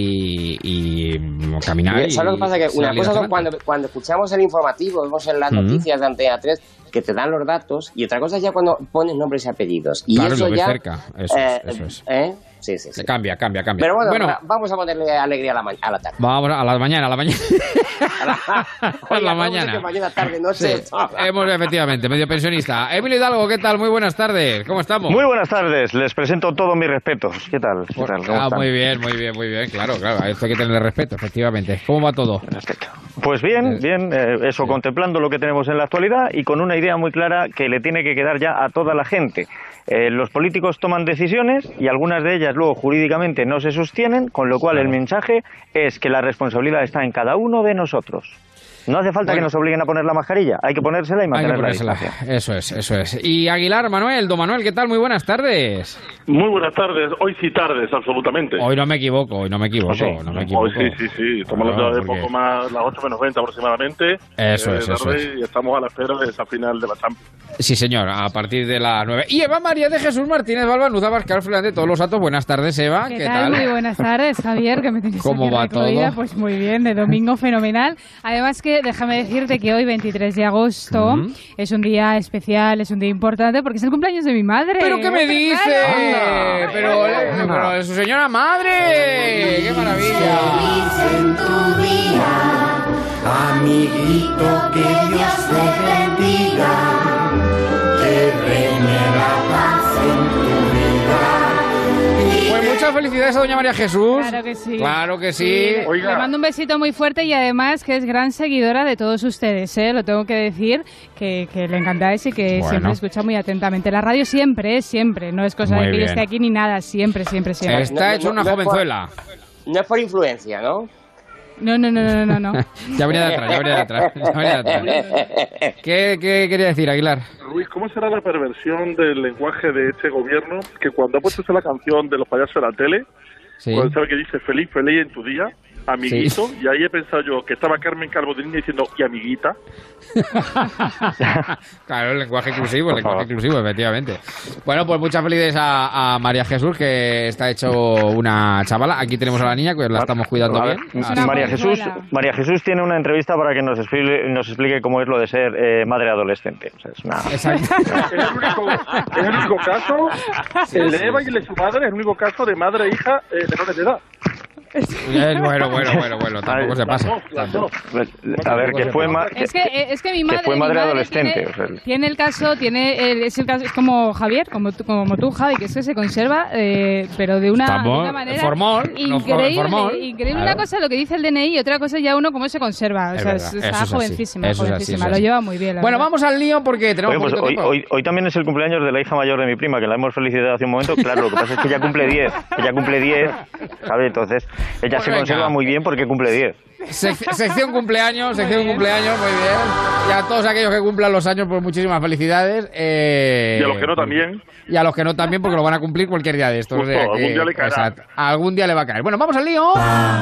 y, y caminar. ¿Sabes lo que pasa? Que una cosa es cuando, cuando escuchamos el informativo, vemos en las uh-huh. noticias de Antena tres que te dan los datos, y otra cosa es ya cuando pones nombres y apellidos. Y claro, eso lo ves ya, cerca, eso eh, es. Eso es. ¿eh? Sí, sí, sí. Cambia, cambia, cambia. Pero bueno, bueno vamos a ponerle alegría a la, ma- a la tarde. Vamos a la mañana, a la mañana. a la, a la mañana. mañana, tarde, no sé. Sí, hemos, efectivamente, medio pensionista. Emilio Hidalgo, ¿qué tal? Muy buenas tardes. ¿Cómo estamos? Muy buenas tardes. Les presento todos mis respetos. ¿Qué tal? ¿Qué tal? ¿Cómo ah, están? muy bien, muy bien, muy bien. Claro, claro. A esto hay que tenerle respeto, efectivamente. ¿Cómo va todo? Respeto. Pues bien, bien. Eh, eso, sí. Contemplando lo que tenemos en la actualidad y con una idea muy clara que le tiene que quedar ya a toda la gente. Eh, los políticos toman decisiones y algunas de ellas luego jurídicamente no se sostienen, con lo cual el mensaje es que la responsabilidad está en cada uno de nosotros. No hace falta bueno. que nos obliguen a poner la mascarilla, hay que ponérsela y mantener la distancia. Eso es, eso es. Y Aguilar, Manuel, don Manuel, ¿qué tal? Muy buenas tardes. Muy buenas tardes, hoy sí tardes, absolutamente. Hoy no me equivoco, hoy no me equivoco, sí. no me equivoco. Hoy sí, sí, sí, estamos hablando no, de porque... poco más, las ocho menos veinte aproximadamente. Eso eh, es, eso es. Y estamos a la espera de esa final de la Champions. Sí, señor, a partir de las nueve. Y Eva María de Jesús Martínez Balbanuza, Pascal Fernández, todos los datos. Buenas tardes, Eva. ¿Qué, ¿Qué tal? tal? Muy buenas tardes, Javier, que me tenéis ¿Cómo aquí va todo? Pues muy bien, de domingo fenomenal. Además que déjame decirte que hoy, veintitrés de agosto, uh-huh. es un día especial, es un día importante porque es el cumpleaños de mi madre. ¿Pero qué me dice? Claro. Pero, pero, pero de su señora madre. ¡Qué maravilla! Feliz en tu día, amiguito, que Dios te bendiga, que reine la paz en tu vida. Pues muchas felicidades a doña María Jesús. Claro que sí. Claro que sí. sí. Le, le mando un besito muy fuerte y además que es gran seguidora de todos ustedes, ¿eh? Lo tengo que decir, que, que le encantáis y que bueno. siempre escucha muy atentamente la radio, siempre, siempre. No es cosa muy de que bien. Yo esté aquí ni nada, siempre, siempre, siempre. Está no, hecho no, una no jovenzuela. Es por, no es por influencia, ¿no? No, no, no, no, no, no. Ya venía de atrás, ya venía de atrás. Ya venía de atrás. ¿Qué, ¿Qué quería decir, Aguilar? Luis, ¿cómo será la perversión del lenguaje de este gobierno que cuando ha puesto la canción de los payasos en la tele, sí. cuando sabe que dice feliz, feliz en tu día, amiguito, sí. y ahí he pensado yo que estaba Carmen Calvo de niña diciendo, y amiguita. Claro, el lenguaje inclusivo, el lenguaje inclusivo, efectivamente. Bueno, pues muchas felicidades a, a María Jesús, que está hecho una chavala. Aquí tenemos a la niña, que la estamos cuidando a ver, bien. María, María Jesús, María Jesús tiene una entrevista para que nos explique, nos explique cómo es lo de ser eh, madre adolescente. O sea, es una... es, el único, es el único caso, el de Eva y el de su madre, es el único caso de madre e hija eh, menores de edad. Bueno, bueno, bueno, bueno, tampoco se pasa. A ver, que fue ma- es que es que mi madre, que fue madre, mi madre adolescente. Tiene, o sea, tiene el caso, tiene el, es el caso, es como Javier, como tú, como tú Javi, que es que se conserva, eh, pero de una, de una manera formol, increíble, no, formol. increíble. Claro. Una cosa lo que dice el D N I y otra cosa ya uno cómo se conserva. O es sea, verdad, está es jovencísima, así, jovencísima, así, lo lleva muy bien. Bueno, verdad. vamos al lío porque tenemos Oye, pues poquito hoy, tiempo. hoy, hoy también es el cumpleaños de la hija mayor de mi prima, que la hemos felicitado hace un momento. Claro, lo que pasa es que ella cumple diez, ella cumple diez, ¿sabes? Entonces, ella Pues se venga. conserva muy bien porque cumple diez. Sec- sección cumpleaños, sección cumpleaños, muy bien. Y a todos aquellos que cumplan los años, pues muchísimas felicidades. Eh, Y a los que no también. Y a los que no también, porque lo van a cumplir cualquier día de estos. Justo, o sea algún que- día le caerá. exacto, algún día le va a caer. Bueno, vamos al lío.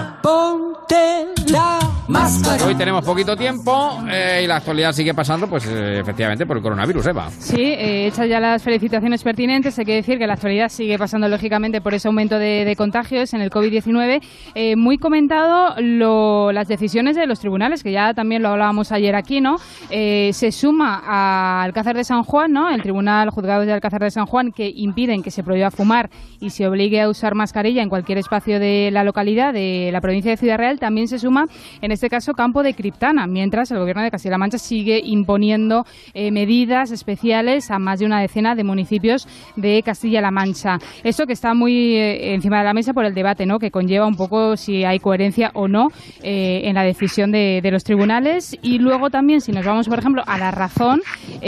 Ponte la máscara. Hoy tenemos poquito tiempo eh, y la actualidad sigue pasando, pues eh, efectivamente, por el coronavirus, Eva. Sí, eh, hechas ya las felicitaciones pertinentes, hay que decir que la actualidad sigue pasando lógicamente por ese aumento de, de contagios en el COVID diecinueve. Eh, muy comentado lo, las decisiones de los tribunales, que ya también lo hablábamos ayer aquí, ¿no? Eh, se suma a Alcázar de San Juan, ¿no? El Tribunal Juzgados de Alcázar de San Juan, que impiden que se prohíba fumar y se obligue a usar mascarilla en cualquier espacio de la localidad de la provincia de Ciudad Real. También se suma, en este caso, Campo de Criptana, mientras el Gobierno de Castilla-La Mancha sigue imponiendo eh, medidas especiales a más de una decena de municipios de Castilla-La Mancha. Eso que está muy eh, encima de la mesa por el debate, ¿no? Que conlleva un poco si hay coherencia o no eh, en la decisión de, de los tribunales. Y luego también, si nos vamos, por ejemplo, a La Razón,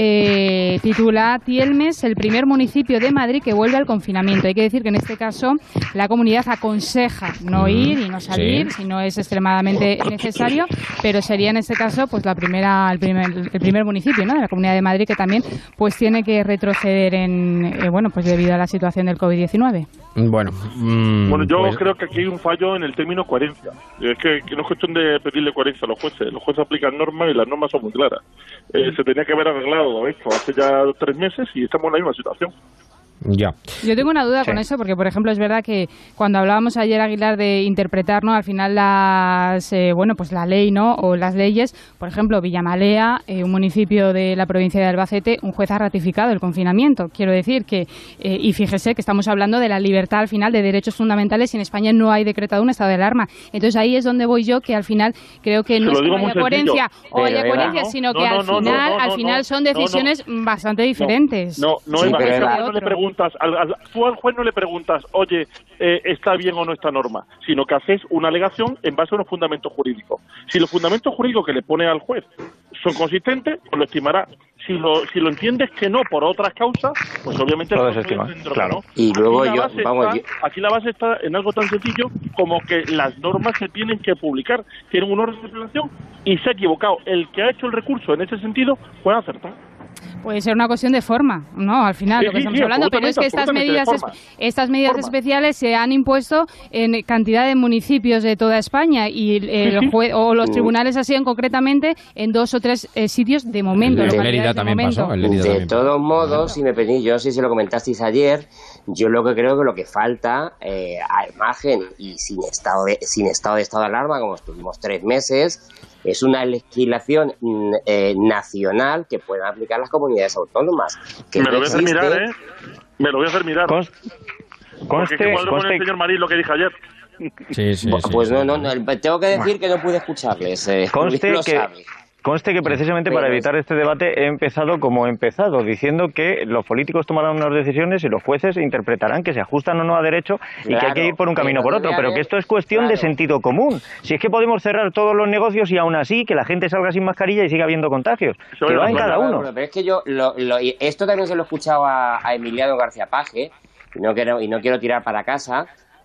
eh, titula Tielmes, el primer municipio de Madrid que vuelve al confinamiento. Hay que decir que en este caso la comunidad aconseja no ir y no salir, Sí. si no es extremadamente necesario, pero sería en este caso pues la primera el primer, el primer municipio, ¿no?, de la Comunidad de Madrid que también pues tiene que retroceder en eh, bueno pues debido a la situación del COVID diecinueve. Bueno, mmm, Bueno, yo pues, creo que aquí hay un fallo en el término coherencia. Es que, que no es cuestión de pedirle coherencia a los jueces. Los jueces aplican normas y las normas son muy claras. Eh, se tenía que haber arreglado esto hace ya tres meses y estamos en la misma situación. ya. Yo tengo una duda Sí. con eso, porque por ejemplo es verdad que cuando hablábamos ayer, Aguilar, de interpretar, ¿no?, al final las eh, bueno pues la ley, ¿no?, o las leyes, por ejemplo Villamalea, eh, un municipio de la provincia de Albacete, un juez ha ratificado el confinamiento. Quiero decir que, eh, y fíjese que estamos hablando de la libertad al final de derechos fundamentales y en España no hay decretado un estado de alarma. Entonces ahí es donde voy yo, que al final creo que Se no lo es que digo no muy haya coherencia sencillo. o haya Pero, Eva, coherencia, no, sino no, que no, al no, no, final, no, al no, final no, son no, no. decisiones bastante diferentes. No, no, Sí, Eva, pero es que Eva- al juez no le preguntas, al, al- tú al juez no le preguntas, oye, eh, ¿está bien o no esta norma? Sino que haces una alegación en base a unos fundamentos jurídicos. Si los fundamentos jurídicos que le pone al juez son consistentes, pues lo estimará. Si lo, si lo entiendes que no por otras causas, pues obviamente Lo el juez desestima, puede entenderlo, claro. ¿no? Y luego Aquí la yo- base vamos, está- aquí la base está en algo tan sencillo como que las normas se tienen que publicar, tienen un orden de aplicación y se ha equivocado. El que ha hecho el recurso en ese sentido puede acertar. Puede ser una cuestión de forma, ¿no? Al final, Sí, lo que sí, estamos sí, hablando, pero es que estas absolutamente, medidas, de forma. es- estas medidas Forma. especiales se han impuesto en cantidad de municipios de toda España y el Sí, sí. juez o los tribunales ha sido concretamente en dos o tres eh, sitios de momento. En localidades Lérida de también momento. pasó. En Lérida De también pasó. todos modos, si me pedís, yo no sé si lo comentasteis ayer, yo lo que creo que lo que falta, eh, al margen y sin estado de, sin estado de estado de alarma, como estuvimos tres meses, es una legislación mm, eh, nacional que puedan aplicar las comunidades autónomas. Que Me no lo voy a hacer existe. mirar, ¿eh? Me lo voy a hacer mirar. Const- Porque Conste, que cuadro con conste, el señor Marín lo que dije ayer. Sí, sí, Bu- sí, pues sí. no, no, no, tengo que decir que no pude escucharles. Eh, conste lo que, sabe. conste que precisamente para Pero- evitar este debate he empezado como he empezado, diciendo que los políticos tomarán unas decisiones y los jueces interpretarán que se ajustan o no a derecho y que hay Claro, que ir por un camino o pero por otro, debe pero haber- que esto es cuestión de claro. sentido común. Si es que podemos cerrar todos los negocios y aún así que la gente salga sin mascarilla y siga habiendo contagios, Eso que es va en verdad. cada uno. Pero es que yo, lo, lo- y esto también se lo he escuchado a, a Emiliano García Paje, y no quiero, y no quiero tirar para casa,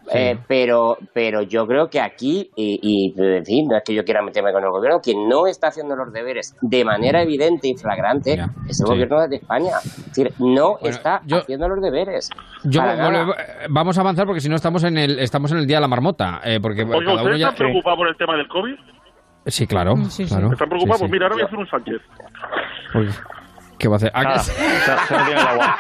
Eh, pero pero yo creo que aquí, y, y en fin, no es que yo quiera meterme con el gobierno, quien no está haciendo los deberes de manera evidente y flagrante yeah, es el sí. gobierno de España. Es decir, no bueno, está yo, haciendo los deberes. Yo bueno, vamos a avanzar porque si no estamos en el estamos en el día de la marmota. Eh, porque Oye, cada ¿ustedes uno ya... están preocupados por el tema del COVID? Sí, claro. Sí, claro. ¿Están preocupados? Sí, sí. Pues mira, ahora voy a hacer un Sánchez. Oye. ¿Qué va a hacer? Ah, se, se metió en el agua.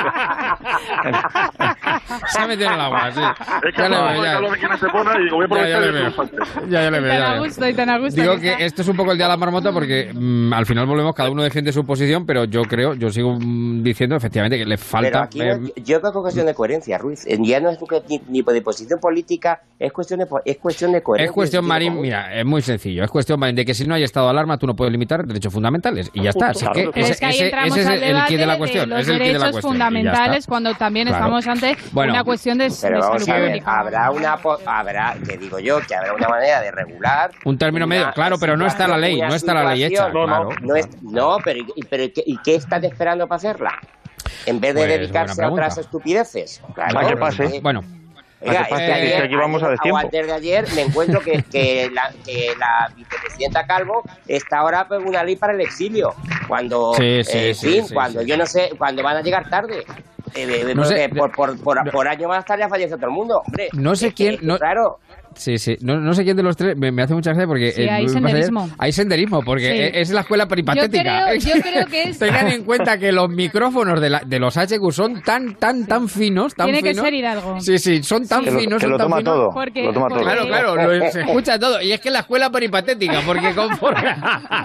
Se ha metido en el agua, sí. Es que ya no, ya lo de quién se pone y digo, voy a aprovechar y hacer un Sánchez. Ya, ya le veo. Tan a gusto y tan a gusto. Digo que, que esto es un poco el día de la marmota porque mmm, al final volvemos, cada uno defiende su posición, pero yo creo, yo sigo mmm, diciendo efectivamente que le falta... Pero aquí, eh, yo creo que es cuestión de coherencia, Ruiz. Ya no es ni, ni de posición política, es cuestión de, es cuestión de coherencia. Es cuestión, Marín, mira, es muy sencillo. Es cuestión, Marín, de que si no hay estado de alarma, tú no puedes limitar derechos fundamentales. Y ya está. Claro, que claro. ese, es que ahí ese, entramos ese al es el debate quid de la cuestión. de los es el derechos de la cuestión, fundamentales cuando también bueno, estamos ante bueno, una cuestión de, pero de vamos salud a ver, pública. Habrá una, habrá, que digo yo, que habrá una manera de regular. Un término medio, claro, pero no está la ley, no está la ley hecha. No, claro. no, es, no pero, pero ¿y qué están esperando para hacerla? En vez de pues, dedicarse a otras estupideces. Claro, a que pase. Eh, bueno. Oiga, es que ayer, aquí vamos a destiempo. Antes de ayer me encuentro que, que, la, que la vicepresidenta Calvo está ahora por una ley para el exilio. Cuando, sí, sí, eh, sí, fin, sí, cuando sí. yo no sé, cuando van a llegar tarde. Eh, no sé, por, por, por, por, por año más tarde fallece todo el mundo, hombre. No sé quién... Que, no... Claro. Sí, sí. No, no sé quién de los tres me, me hace mucha gracia porque... Sí, eh, hay senderismo. Ayer, hay senderismo, porque sí. es la escuela peripatética. Yo creo, yo creo que es... Tengan en cuenta que los micrófonos de, la, de los H Q son tan, tan, sí. tan finos, tan Tiene finos. que ser Hidalgo. Sí, sí, son tan sí. finos, que son lo tan toma finos. todo. Porque, lo toma todo. Claro, claro, lo, se escucha todo. Y es que es la escuela peripatética, porque conforme...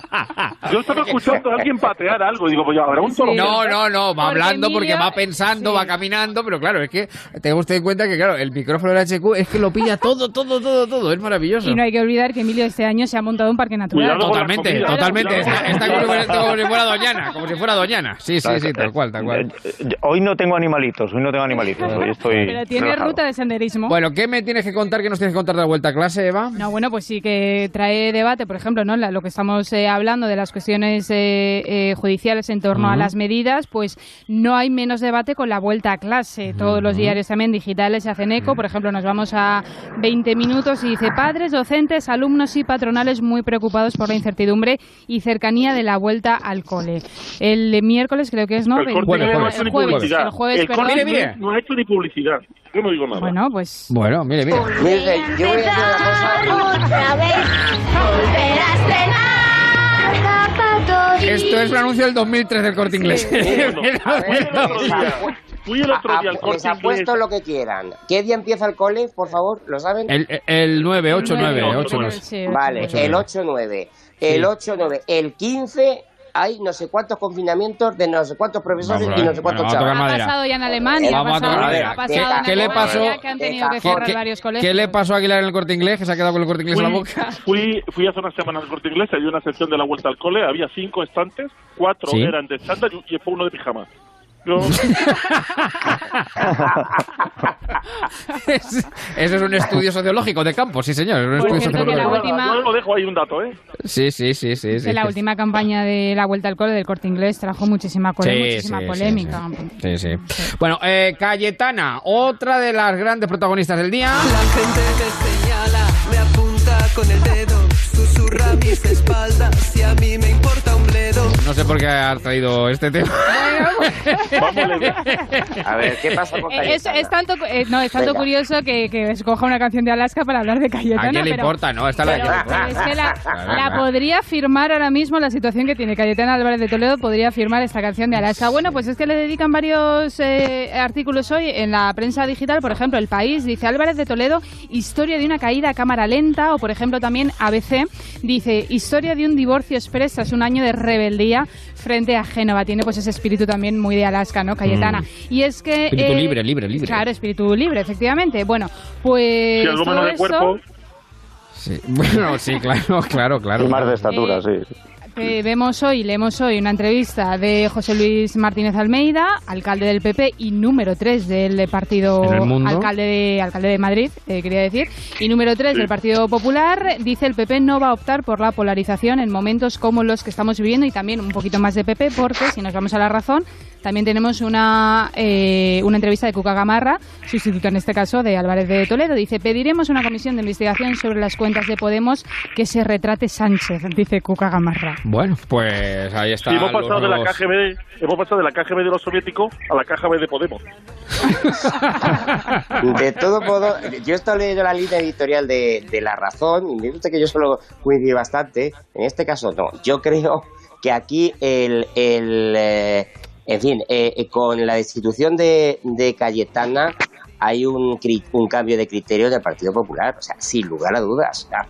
Yo estaba escuchando a alguien patear algo, digo, pues ya habrá un toro. Sí. No, no, no, va porque hablando Emilio, porque va pensando, sí. va caminando, pero claro, es que tenga usted en cuenta que, claro, el micrófono del H Q es que lo pilla todo, todo, todo, todo, es maravilloso. Y no hay que olvidar que Emilio este año se ha montado un parque natural. Cuidado totalmente, comida, totalmente, cuidado. está, está como, como si fuera Doñana, como si fuera Doñana. Sí, sí, sí, tal cual, tal cual. Hoy no tengo animalitos, hoy no tengo animalitos, hoy estoy Pero tiene relajado. ruta de senderismo. Bueno, ¿qué me tienes que contar, qué nos tienes que contar de la vuelta a clase, Eva? No, bueno, pues sí que trae debate, por ejemplo, ¿no? Lo que estamos eh, hablando de las cuestiones eh, eh, judiciales en torno uh-huh. a las medidas, pues no hay menos debate con la vuelta a clase. Todos uh-huh. los diarios también digitales se hacen eco. Por ejemplo, nos vamos a veinte minutos y dice: padres, docentes, alumnos y patronales muy preocupados por la incertidumbre y cercanía de la vuelta al cole. El miércoles creo que es, ¿no? El, el, jueves, el jueves, el jueves, el jueves el perdón. Mire, mire. No ha hecho ni publicidad. Yo no digo nada. Bueno, pues... Bueno, mire, mire. Mire, yo voy a decir una cosa. Otra vez volver a estrenar zapatos. Esto es un anuncio del dos mil tres del Corte Inglés. Sí, no, no. A ver, fui el otro día al Corte Les apuesto lo que quieran. ¿Qué día empieza el cole, por favor? ¿Lo saben? El, el nueve, ocho, nueve. ocho, nueve. Sí, vale, ocho, el ocho nueve. El ocho nueve. El quince... hay no sé cuántos confinamientos de no sé cuántos profesores vamos, y no sé cuántos bueno, chavales. Ha pasado ya en Alemania, vamos ha pasado, a ver, ha pasado ¿qué, en ¿qué le pasó? que han tenido que cerrar ¿Qué, varios colegios. ¿Qué le pasó a Aguilar en el Corte Inglés, que se ha quedado con el Corte Inglés fui, en la boca? Fui, fui hace una semana al Corte Inglés, había una sección de la vuelta al cole, había cinco estantes, cuatro ¿Sí? eran de estándar y fue uno de pijama. Yo... es, eso es un estudio sociológico de campo, sí señor. Es un Por estudio cierto, que la sociológico. última... Yo lo dejo ahí un dato, ¿eh? Sí, sí, sí, sí. Que sí, la sí. última campaña de la vuelta al cole del Corte Inglés trajo muchísima, cole, Sí, muchísima sí, polémica. Sí, sí. sí. Bueno, eh, Cayetana, otra de las grandes protagonistas del día. La gente me señala, me apunta con el dedo, susurra mis espaldas y a mí me importa un bledo. No sé por qué ha traído este tema. A ver, ¿qué pasa con Cayetana? Es, es tanto, eh, no, es tanto curioso que, que escoja una canción de Alaska para hablar de Cayetana. ¿A quién le pero, importa? No, está la... pero, pero es que la, la podría firmar ahora mismo la situación que tiene Cayetana Álvarez de Toledo, podría firmar esta canción de Alaska. Bueno, pues es que le dedican varios eh, artículos hoy en la prensa digital. Por ejemplo, El País dice: Álvarez de Toledo, historia de una caída a cámara lenta. O por ejemplo también A B C dice: historia de un divorcio express tras un año de rebeldía frente a Génova. Tiene pues ese espíritu también muy de Alaska, ¿no, Cayetana? Mm. Y es que... Espíritu eh, libre, libre, libre. Claro, espíritu libre, efectivamente. Bueno, pues... Si algo menos de cuerpo... Sí. Bueno, sí, claro, claro, claro. Y más de estatura, eh, sí. que vemos hoy, leemos hoy una entrevista de José Luis Martínez Almeida, alcalde del P P y número tres del partido, alcalde de, alcalde de Madrid, eh, quería decir, y número tres del Partido Popular. Dice el P P no va a optar por la polarización en momentos como los que estamos viviendo, y también un poquito más de P P, porque si nos vamos a la razón, también tenemos una, eh, una entrevista de Cuca Gamarra, sustituto en este caso de Álvarez de Toledo. Dice, pediremos una comisión de investigación sobre las cuentas de Podemos que se retrate Sánchez, dice Cuca Gamarra. Bueno, pues ahí está. Y hemos pasado los... de la K G B, hemos pasado de la K G B de los soviéticos a la K G B de Podemos. De todo modo, yo he estado leyendo la línea editorial de, de La Razón y me gusta que yo solo coincido bastante. En este caso no. Yo creo que aquí el... el eh, en fin, eh, con la destitución de, de Cayetana hay un, un cambio de criterio del Partido Popular, o sea, sin lugar a dudas. O sea,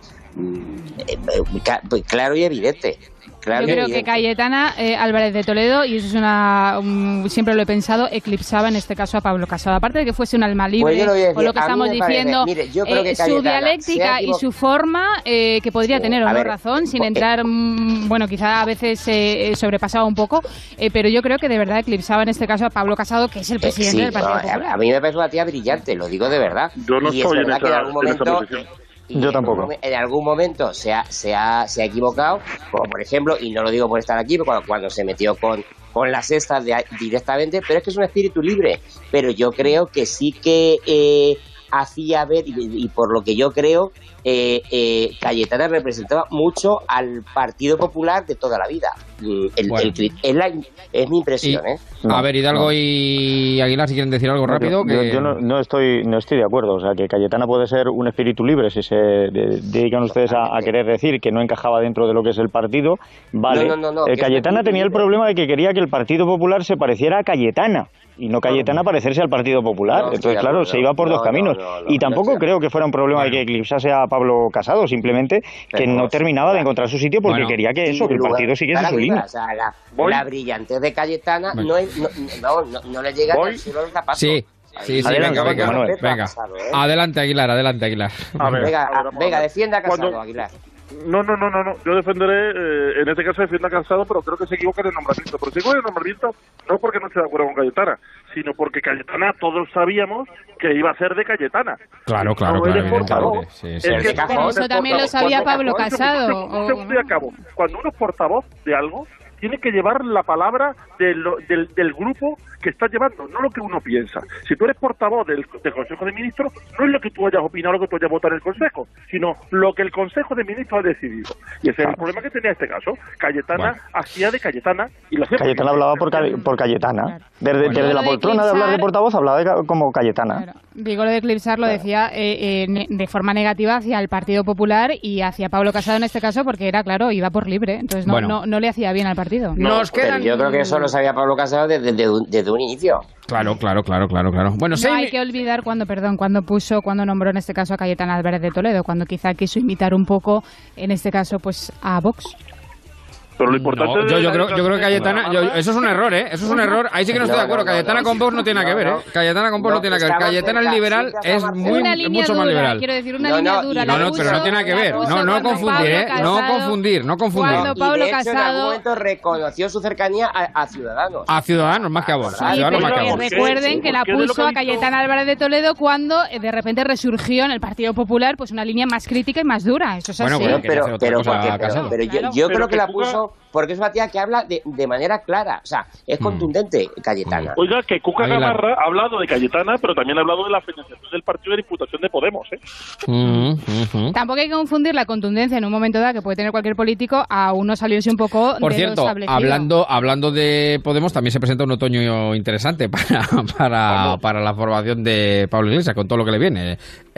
eh, eh, claro y evidente. Claro Yo creo evidente. que Cayetana eh, Álvarez de Toledo, y eso es una um, siempre lo he pensado, eclipsaba en este caso a Pablo Casado. Aparte de que fuese un alma libre, pues lo con lo que estamos diciendo, Mire, yo creo eh, que su dialéctica y su forma, eh, que podría sí, tener o no ver, razón, sin entrar, mm, bueno, quizá a veces eh, sobrepasaba un poco, eh, pero yo creo que de verdad eclipsaba en este caso a Pablo Casado, que es el presidente eh, sí, del Partido no, Popular. A, a mí me parece una tía brillante, lo digo de verdad. Yo no y estoy es verdad en, que esa, en algún en esa momento... posición. Y Yo tampoco. En algún momento se ha, se, ha, se ha equivocado, como por ejemplo, y no lo digo por estar aquí, cuando, cuando se metió con, con las cestas de, directamente, pero es que es un espíritu libre. Pero yo creo que sí que eh, hacía ver, y, y por lo que yo creo, eh, eh, Cayetana representaba mucho al Partido Popular de toda la vida. El, bueno. el, es, la, es mi impresión, y, ¿eh? No, a ver, Hidalgo no. y Aguilar, si quieren decir algo no, rápido. Yo, que... yo, yo no, no, estoy, no estoy de acuerdo. O sea, que Cayetana puede ser un espíritu libre si se de, dedican ustedes a, a querer decir que no encajaba dentro de lo que es el partido. Vale. No, no, no, no, eh, Cayetana tenía el problema de que quería que el Partido Popular se pareciera a Cayetana y no Cayetana parecerse al Partido Popular. No, Entonces, claro, se iba por no, dos caminos. No, no, no, y tampoco no, creo que fuera un problema bueno. de que eclipsase a Pablo Casado, simplemente que no terminaba de encontrar su sitio porque bueno, quería que eso, que el partido siguiese su línea. O sea, la, la brillantez de Cayetana no, es, no, no, no, no le llega al suelo del zapato. Sí. Sí, sí, adelante, venga, venga, Manuel. venga. Pasado, ¿eh? Adelante, Aguilar, adelante, Aguilar. A ver, venga, a ver, venga, a ver. defienda a Casado, Cuando... Aguilar. No, no, no, no, no. Yo defenderé, eh, en este caso defiendo a Casado, pero creo que se equivoca en el nombramiento. Pero se equivoca en el nombramiento no porque no esté de acuerdo con Cayetana, sino porque Cayetana todos sabíamos que iba a ser de Cayetana. Claro, claro, no claro. Portavoz, sí, sí, es sí, que sí. Pero eso también lo sabía Pablo Casado. Un segundo y acabo. Cuando uno es portavoz de algo, tiene que llevar la palabra de lo, del, del grupo que estás llevando, no lo que uno piensa. Si tú eres portavoz del, del Consejo de Ministros, no es lo que tú hayas opinado, lo que tú hayas votado en el Consejo, sino lo que el Consejo de Ministros ha decidido. Y ese es el problema que tenía este caso. Cayetana bueno. hacía de Cayetana y lo hacía. Cayetana hablaba por, por Cayetana. Claro. Desde, bueno, desde la poltrona de, de hablar de portavoz hablaba de, como Cayetana. Claro. Digo, lo de eclipsar lo decía eh, eh, de forma negativa hacia el Partido Popular y hacia Pablo Casado en este caso, porque era, claro, iba por libre. Entonces no, bueno. no, no le hacía bien al partido. Nos quedan... Yo creo que eso lo sabía Pablo Casado desde, desde, desde un inicio. Claro, claro, claro, claro, claro. Bueno, no sí, hay que olvidar cuando, perdón, cuando puso, cuando nombró en este caso a Cayetana Álvarez de Toledo, cuando quizá quiso imitar un poco, en este caso, pues a Vox. Pero lo importante no, yo, yo, creo, yo creo que Cayetana, yo, eso es un error, ¿eh? Eso es un error. Ahí sí que no estoy de acuerdo. Cayetana con Vox no tiene nada que ver, ¿eh? Cayetana con Vox no tiene nada que ver. Cayetana el liberal es muy mucho más liberal. Quiero decir, una línea dura. No, no, pero no tiene nada que ver. No, no confundir, ¿eh? No confundir, no confundir. Cuando Pablo y de hecho, Casado en algún momento reconoció su cercanía a, a Ciudadanos. A Ciudadanos más que a Vox. Sí, pero más que a Vox. Recuerden que la puso a Cayetana Álvarez de Toledo cuando de repente resurgió en el Partido Popular pues una línea más crítica y más dura. Eso es así. Bueno, pero pero yo creo que la puso porque es una tía que habla de, de manera clara, o sea, es contundente, mm. Cayetana. Oiga, que Cuca Gamarra ha hablado de Cayetana, pero también ha hablado de la financiación del partido de la imputación de Podemos, ¿eh? Mm, mm-hmm. Tampoco hay que confundir la contundencia en un momento dado que puede tener cualquier político a uno salirse un poco Por de cierto, lo establecido. hablando hablando de Podemos, también se presenta un otoño interesante para para, para la formación de Pablo Iglesias, con todo lo que le viene.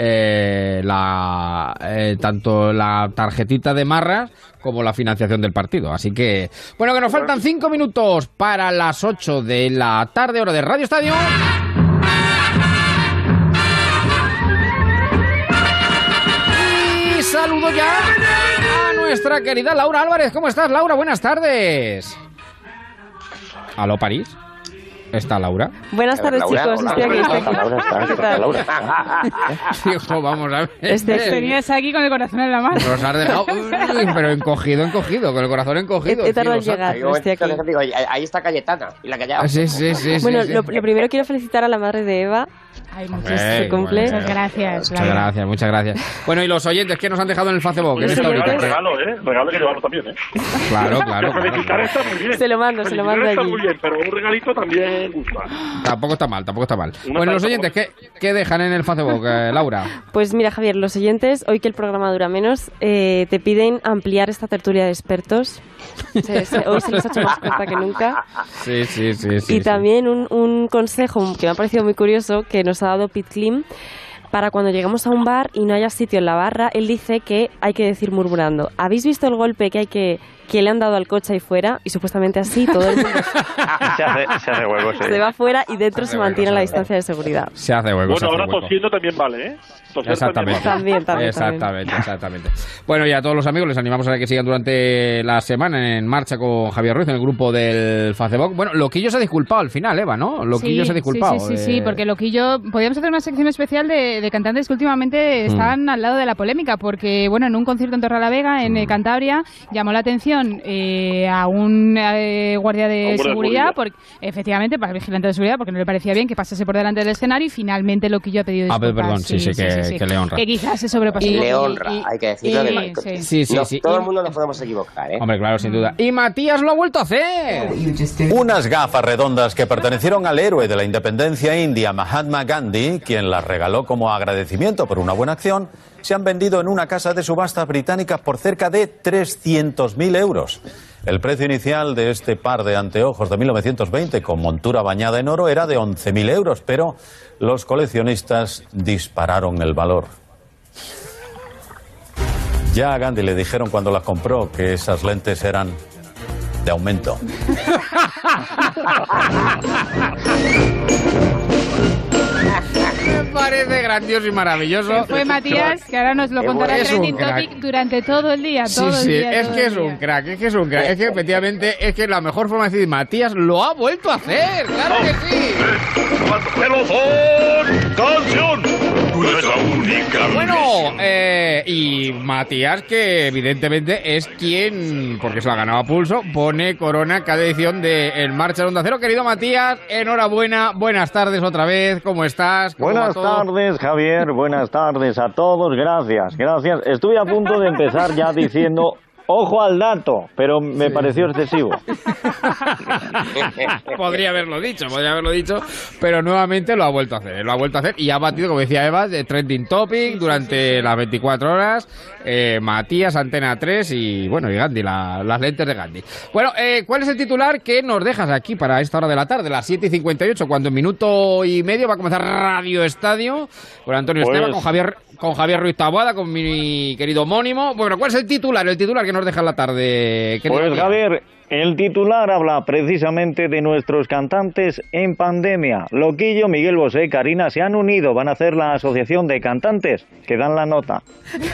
Eh, la eh, tanto la tarjetita de marras como la financiación del partido. Así que, bueno, que nos faltan cinco minutos para las ocho de la tarde, hora de Radio Estadio. Y saludo ya a nuestra querida Laura Álvarez. ¿Cómo estás, Laura? Buenas tardes. ¿Aló, París? ¿Está Laura? Buenas tardes, Laura, chicos. hola, Estoy aquí. hola, Estoy aquí. Laura, está, ¿Qué tal? Laura. Hijo, vamos a ver. Este, Venías aquí con el corazón en la mano. Nos has dejado, uy, pero encogido, encogido, con el corazón encogido. He, he tardado en cielo llegar, Ahí, pero estoy aquí. digo, ahí, ahí está Cayetana y la callada. santo. Sí, sí, sí. Bueno, sí, sí. lo, lo primero quiero felicitar a la madre de Eva. Ay, Hombre, muchas, se cumple. bueno, muchas gracias. Muchas gracias, muchas gracias. Bueno, y los oyentes, ¿qué nos han dejado en el Facebook? En Los esta horita? oyentes. Regalo, ¿eh? Regalo que llevarlo también, ¿eh? Claro, claro. Pero felicitar claro. está muy bien. Se lo mando, se lo Felicitar mando está allí. muy bien, pero un regalito también gusta. Tampoco está mal, tampoco está mal. Una Bueno, los tarta, oyentes, ¿qué, qué dejan en el Facebook, eh, Laura? Pues mira, Javier, los oyentes, hoy que el programa dura menos, eh, te piden ampliar esta tertulia de expertos. Se- se- hoy se les ha hecho más corta que nunca. Sí, sí, sí. sí y sí. también un, un consejo que me ha parecido muy curioso que nos ha dado Pete Klim. Para cuando lleguemos a un bar y no haya sitio en la barra, él dice que hay que decir murmurando. ¿Habéis visto el golpe que hay que que le han dado al coche ahí fuera? Y supuestamente así todo el mundo Se hace, se hace huevo, sí. se va fuera y dentro Se se hace mantiene hueco, la se hace distancia de seguridad. Se hace hueco, se Bueno, hace ahora hueco. tosiendo también vale, ¿eh? Toser Exactamente. También, también, exactamente, exactamente. Bueno, y a todos los amigos les animamos a que sigan durante la semana en marcha con Javier Ruiz en el grupo del Facebook. Bueno, Loquillo se ha disculpado al final, Eva, ¿no? Loquillo Sí, se ha disculpado. Sí, sí, sí, sí, eh, porque Loquillo... Podríamos hacer una sección especial de, de cantantes que últimamente están al lado de la polémica, porque, bueno, en un concierto en Torrelavega, en eh, Cantabria, llamó la atención eh, a un eh, guardia de Hombre, seguridad, seguridad. porque, efectivamente, para el vigilante de seguridad, porque no le parecía bien que pasase por delante del escenario y finalmente Loquillo ha pedido Ah, disculpas. perdón, sí, sí, que- que le honra. Que quizás se sobrepasó. Y un le poco honra, y- hay que decirlo. y- de- sí. Sí, sí, No, sí. todo Y- el mundo nos podemos equivocar, ¿eh? Hombre, claro, sin duda. Y Matías lo ha vuelto a hacer. Unas gafas redondas que pertenecieron al héroe de la independencia india, Mahatma Gandhi, quien las regaló como agradecimiento por una buena acción, se han vendido en una casa de subastas británica por cerca de trescientos mil euros. El precio inicial de este par de anteojos de mil novecientos veinte con montura bañada en oro era de once mil euros, pero los coleccionistas dispararon el valor. Ya a Gandhi le dijeron cuando las compró que esas lentes eran de aumento. Me parece grandioso y maravilloso. Fue Matías, que ahora nos lo Es contará bueno. Trending Es un crack. Topic durante todo el día, todo Sí, el sí, día. es todo que el es un día. crack, es que es un crack. Es que efectivamente, es que la mejor forma de decir Matías lo ha vuelto a hacer, claro que sí. ¡Canción! Nuestra única. Bueno, eh, y Matías, que evidentemente es quien, porque se lo ha ganado a pulso, pone corona cada edición de En Marcha de Onda Cero. Querido Matías, enhorabuena, buenas tardes otra vez, ¿cómo estás? ¿Cómo Buenas va todo? tardes, Javier. Buenas tardes a todos. Gracias, gracias. Estuve a punto de empezar ya diciendo... Ojo al dato, pero me Sí. pareció excesivo. Podría haberlo dicho, podría haberlo dicho, pero nuevamente lo ha vuelto a hacer, lo ha vuelto a hacer y ha batido, como decía Eva, de Trending Topic durante las veinticuatro horas, eh, Matías, Antena tres y, bueno, y Gandhi, la- las lentes de Gandhi. Bueno, eh, ¿cuál es el titular que nos dejas aquí para esta hora de la tarde, las siete y cincuenta y ocho, cuando en minuto y medio va a comenzar Radio Estadio, con Antonio Pues- Esteban, con Javier, con Javier Ruiz Taboada, con mi querido homónimo? Bueno, ¿cuál es el titular, el titular que nos deja en la tarde? querido Pues Matías? Javier, el titular habla precisamente de nuestros cantantes en pandemia. Loquillo, Miguel Bosé, Karina se han unido, van a hacer la asociación de cantantes que dan la nota.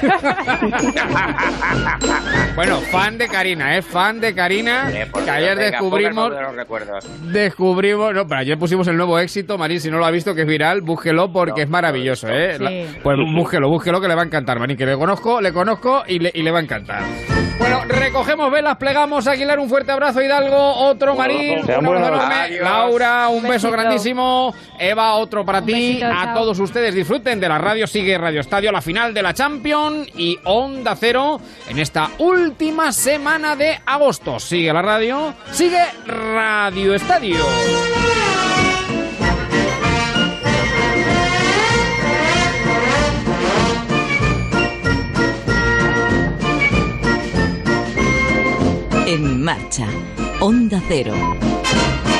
Bueno, fan de Karina, ¿eh? Fan de Karina, Eh, por que Dios, ayer venga, descubrimos... ponga todos los recuerdos. Descubrimos, no, pero ayer pusimos el nuevo éxito, Marín, si no lo ha visto, que es viral, búsquelo porque No, es maravilloso, no, ¿eh? sí. La- pues búsquelo, búsquelo que le va a encantar, Marín, que le conozco, le conozco y le, y le va a encantar. Bueno, recogemos velas, plegamos, Aguilar, un fuerte abrazo, Hidalgo, otro Marín, un Sean abrazo buenos. enorme, Adiós. Laura, un beso Besito. grandísimo, Eva, otro para Un ti, besito, a chao. todos ustedes disfruten de la radio, sigue Radio Estadio, la final de la Champions y Onda Cero en esta última semana de agosto. Sigue la radio, sigue Radio Estadio. En marcha, Onda Cero.